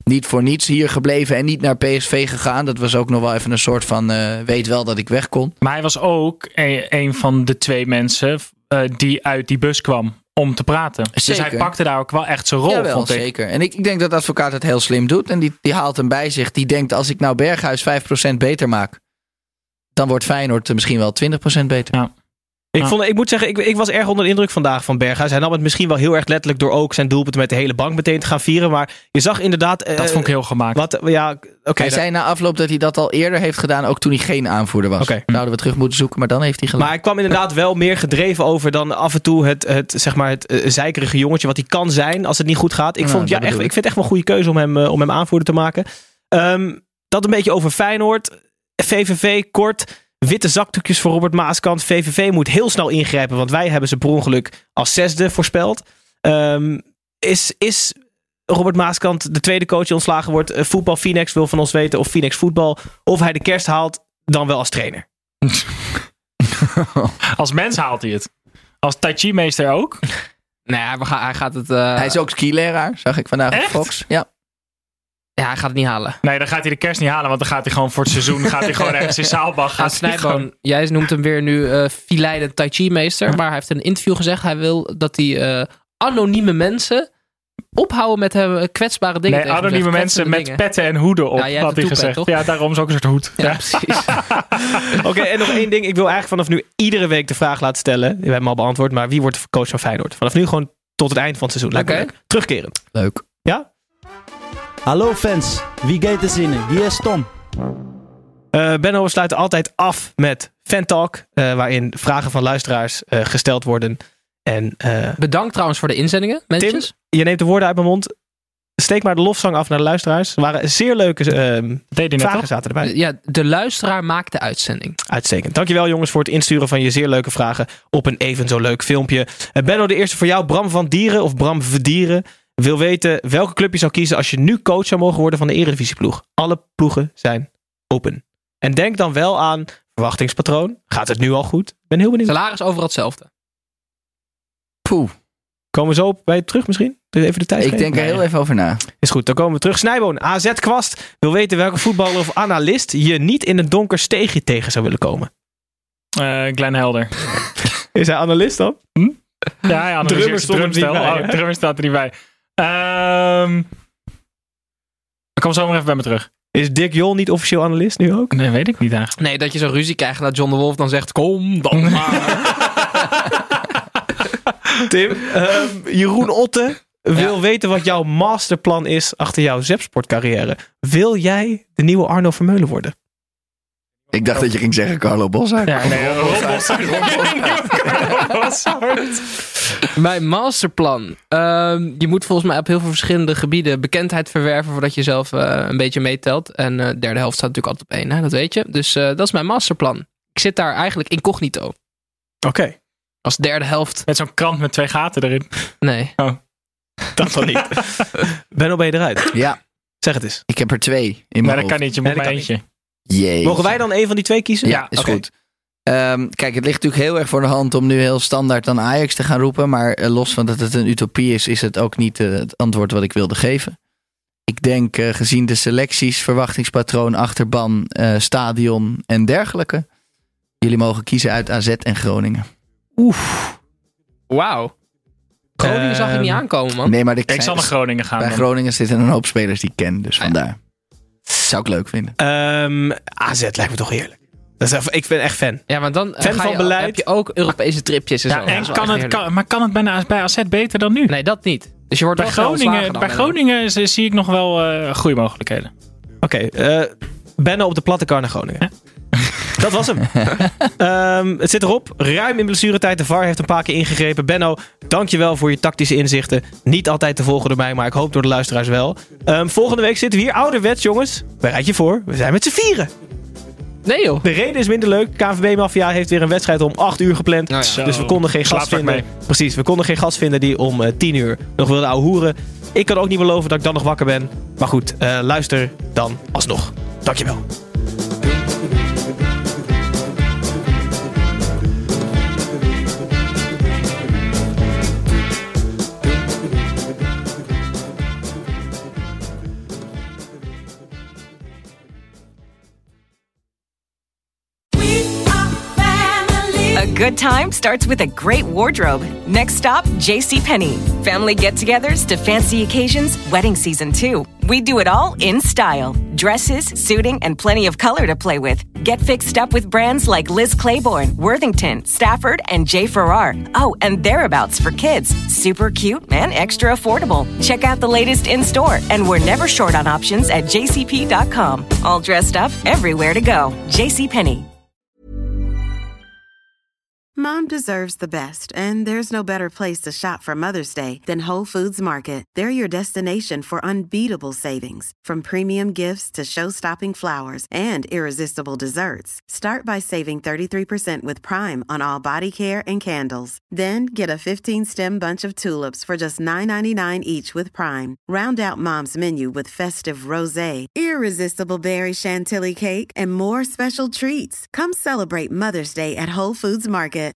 niet voor niets hier gebleven en niet naar P S V gegaan. Dat was ook nog wel even een soort van uh, weet wel dat ik weg kon. Maar hij was ook een, een van de twee mensen uh, die uit die bus kwam om te praten. Zeker. Dus hij pakte daar ook wel echt zijn rol. Jawel, vond ik. zeker. En ik, ik denk dat de advocaat het heel slim doet. En die, die haalt hem bij zich. Die denkt, als ik nou Berghuis vijf procent beter maak, dan wordt Feyenoord misschien wel twintig procent beter. Ja. Ik, vond, ik moet zeggen, ik, ik was erg onder de indruk vandaag van Berghuis. Hij nam het misschien wel heel erg letterlijk door ook zijn doelpunt met de hele bank meteen te gaan vieren. Maar je zag inderdaad... Dat uh, vond ik heel gemaakt. Wat, ja, okay, hij dat... zei na afloop dat hij dat al eerder heeft gedaan, ook toen hij geen aanvoerder was. Okay. Zouden we terug moeten zoeken, maar dan heeft hij gelijk. Maar hij kwam inderdaad wel meer gedreven over dan af en toe het, het, zeg maar het uh, zeikerige jongetje wat hij kan zijn als het niet goed gaat. Ik, ja, vond, ja, echt, ik vind het echt wel een goede keuze om hem, uh, om hem aanvoerder te maken. Um, dat een beetje over Feyenoord. V V V, kort... Witte zakdoekjes voor Robert Maaskant. V V V moet heel snel ingrijpen, want wij hebben ze per ongeluk als zesde voorspeld. Um, is, is Robert Maaskant de tweede coach die ontslagen wordt? Uh, voetbal Phoenix wil van ons weten of Phoenix voetbal. Of hij de kerst haalt, dan wel als trainer. Als mens haalt hij het. Als Tai Chi meester ook. Nee, hij, gaat, hij gaat het... Uh... Hij is ook skileraar, zag ik vandaag Echt? op Fox. Ja. Ja, hij gaat het niet halen. Nee, dan gaat hij de kerst niet halen, want dan gaat hij gewoon voor het seizoen gaat hij gewoon ergens in Saalbach. Gaat Snijboon, gewoon... jij noemt hem weer nu uh, fileide Tai Chi meester, maar hij heeft in een interview gezegd hij wil dat hij uh, anonieme mensen ophouden met hem kwetsbare dingen. Nee, anonieme mensen met dingen. Petten en hoeden op, ja, had hij gezegd. Toch? Ja, daarom is ook een soort hoed. Ja, ja. precies. Oké, okay, en nog één ding. Ik wil eigenlijk vanaf nu iedere week de vraag laten stellen. We hebben hem al beantwoord, maar wie wordt de coach van Feyenoord? Vanaf nu gewoon tot het eind van het seizoen. Oké. Okay. Terugkerend. Leuk. Ja? Hallo fans, wie gaat er zinnen? Hier is Tom. Uh, Benno, we sluiten altijd af met Fan Talk, uh, waarin vragen van luisteraars uh, gesteld worden. En, uh, Bedankt trouwens voor de inzendingen, mensen. Tim, je neemt de woorden uit mijn mond. Steek maar de lofzang af naar de luisteraars. Er waren zeer leuke uh, vragen zaten erbij. Ja, de luisteraar maakt de uitzending. Uitstekend. Dankjewel jongens voor het insturen van je zeer leuke vragen op een even zo leuk filmpje. Uh, Benno, de eerste voor jou. Bram van Dieren of Bram Verdieren wil weten welke club je zou kiezen als je nu coach zou mogen worden van de Eredivisieploeg. Alle ploegen zijn open. En denk dan wel aan verwachtingspatroon. Gaat het nu al goed? Ik ben heel benieuwd. Salaris overal hetzelfde. Poeh. Komen we zo op bij je terug misschien? Even de tijd Ik geven? denk er heel even over na. Is goed, dan komen we terug. Snijboon, A Z Kwast wil weten welke voetballer of analist je niet in een donker steegje tegen zou willen komen. Uh, Glenn Helder. Is hij analist dan? Hm? Ja, hij analyseert Drummer stond er niet bij. Oh, drummer staat er niet bij. Um, ik kom zo maar even bij me terug. Is Dick Jol niet officieel analist nu ook? Nee, weet ik niet eigenlijk. Nee, dat je zo'n ruzie krijgt dat John de Wolf dan zegt, kom dan maar. Tim, um, Jeroen Otte wil ja. weten wat jouw masterplan is achter jouw Zepsport-carrière. Wil jij de nieuwe Arno Vermeulen worden? Ik dacht dat je ging zeggen Carlo Boszhard. Ja, nee, Ron Boszhard. Mijn masterplan. Uh, je moet volgens mij op heel veel verschillende gebieden bekendheid verwerven voordat je zelf uh, een beetje meetelt. En uh, de derde helft staat natuurlijk altijd op één, hè? Dat weet je. Dus uh, dat is mijn masterplan. Ik zit daar eigenlijk incognito. Oké. Okay. Als derde helft. Met zo'n krant met twee gaten erin. Nee. Oh. Dat dan niet. Benno, ben je eruit? Ja. Zeg het eens. Ik heb er twee in mijn nee, hoofd. dat kan niet. Je moet nee, maar eentje. Niet. Jeetje. Mogen wij dan een van die twee kiezen? Ja, is okay. goed. Um, kijk, het ligt natuurlijk heel erg voor de hand om nu heel standaard dan Ajax te gaan roepen. Maar uh, los van dat het een utopie is, is het ook niet uh, het antwoord wat ik wilde geven. Ik denk, uh, gezien de selecties, verwachtingspatroon, achterban, uh, stadion en dergelijke. Jullie mogen kiezen uit A Z en Groningen. Oef. Wauw. Groningen um, zag ik niet aankomen, man. Nee, maar de, ik zal naar Groningen gaan. Bij dan. Groningen zitten een hoop spelers die ik ken, dus vandaar. Zou ik leuk vinden. Um, A Z lijkt me toch heerlijk. Dat is, ik ben echt fan. Ja, maar dan fan ga van je, beleid. heb je ook Europese tripjes en ja, zo. En kan het, kan, maar kan het bij, bij A Z beter dan nu? Nee, dat niet. Dus je wordt bij Groningen, bij Groningen dan. zie ik nog wel uh, goede mogelijkheden. Oké, okay, uh, Benno op de platte kar naar Groningen. Ja? Dat was hem. um, het zit erop. Ruim in blessuretijd. De V A R heeft een paar keer ingegrepen. Benno, dankjewel voor je tactische inzichten. Niet altijd te volgen door mij, maar ik hoop door de luisteraars wel. Um, volgende week zitten we hier ouderwets, jongens. Bereid je voor. We zijn met z'n vieren. Nee joh. De reden is minder leuk. K N V B-maffia heeft weer een wedstrijd om acht uur gepland. Nou ja. Dus we konden geen gast vinden. Mee. Precies, we konden geen gast vinden die om uh, tien uur nog wilde ouwe hoeren. Ik kan ook niet beloven dat ik dan nog wakker ben. Maar goed, uh, luister dan alsnog. Dankjewel. good time starts with a great wardrobe. Next stop, JCPenney. Family get-togethers to fancy occasions, wedding season too. We do it all in style. Dresses, suiting, and plenty of color to play with. Get fixed up with brands like Liz Claiborne, Worthington, Stafford, and J. Farrar. Oh, and Thereabouts for kids. Super cute and extra affordable. Check out the latest in-store, and we're never short on options at j c p dot com. All dressed up, everywhere to go. JCPenney. Mom deserves the best, and there's no better place to shop for Mother's Day than Whole Foods Market. They're your destination for unbeatable savings, from premium gifts to show-stopping flowers and irresistible desserts. Start by saving thirty-three percent with Prime on all body care and candles. Then get a fifteen-stem bunch of tulips for just nine ninety-nine each with Prime. Round out Mom's menu with festive rosé, irresistible berry chantilly cake, and more special treats. Come celebrate Mother's Day at Whole Foods Market.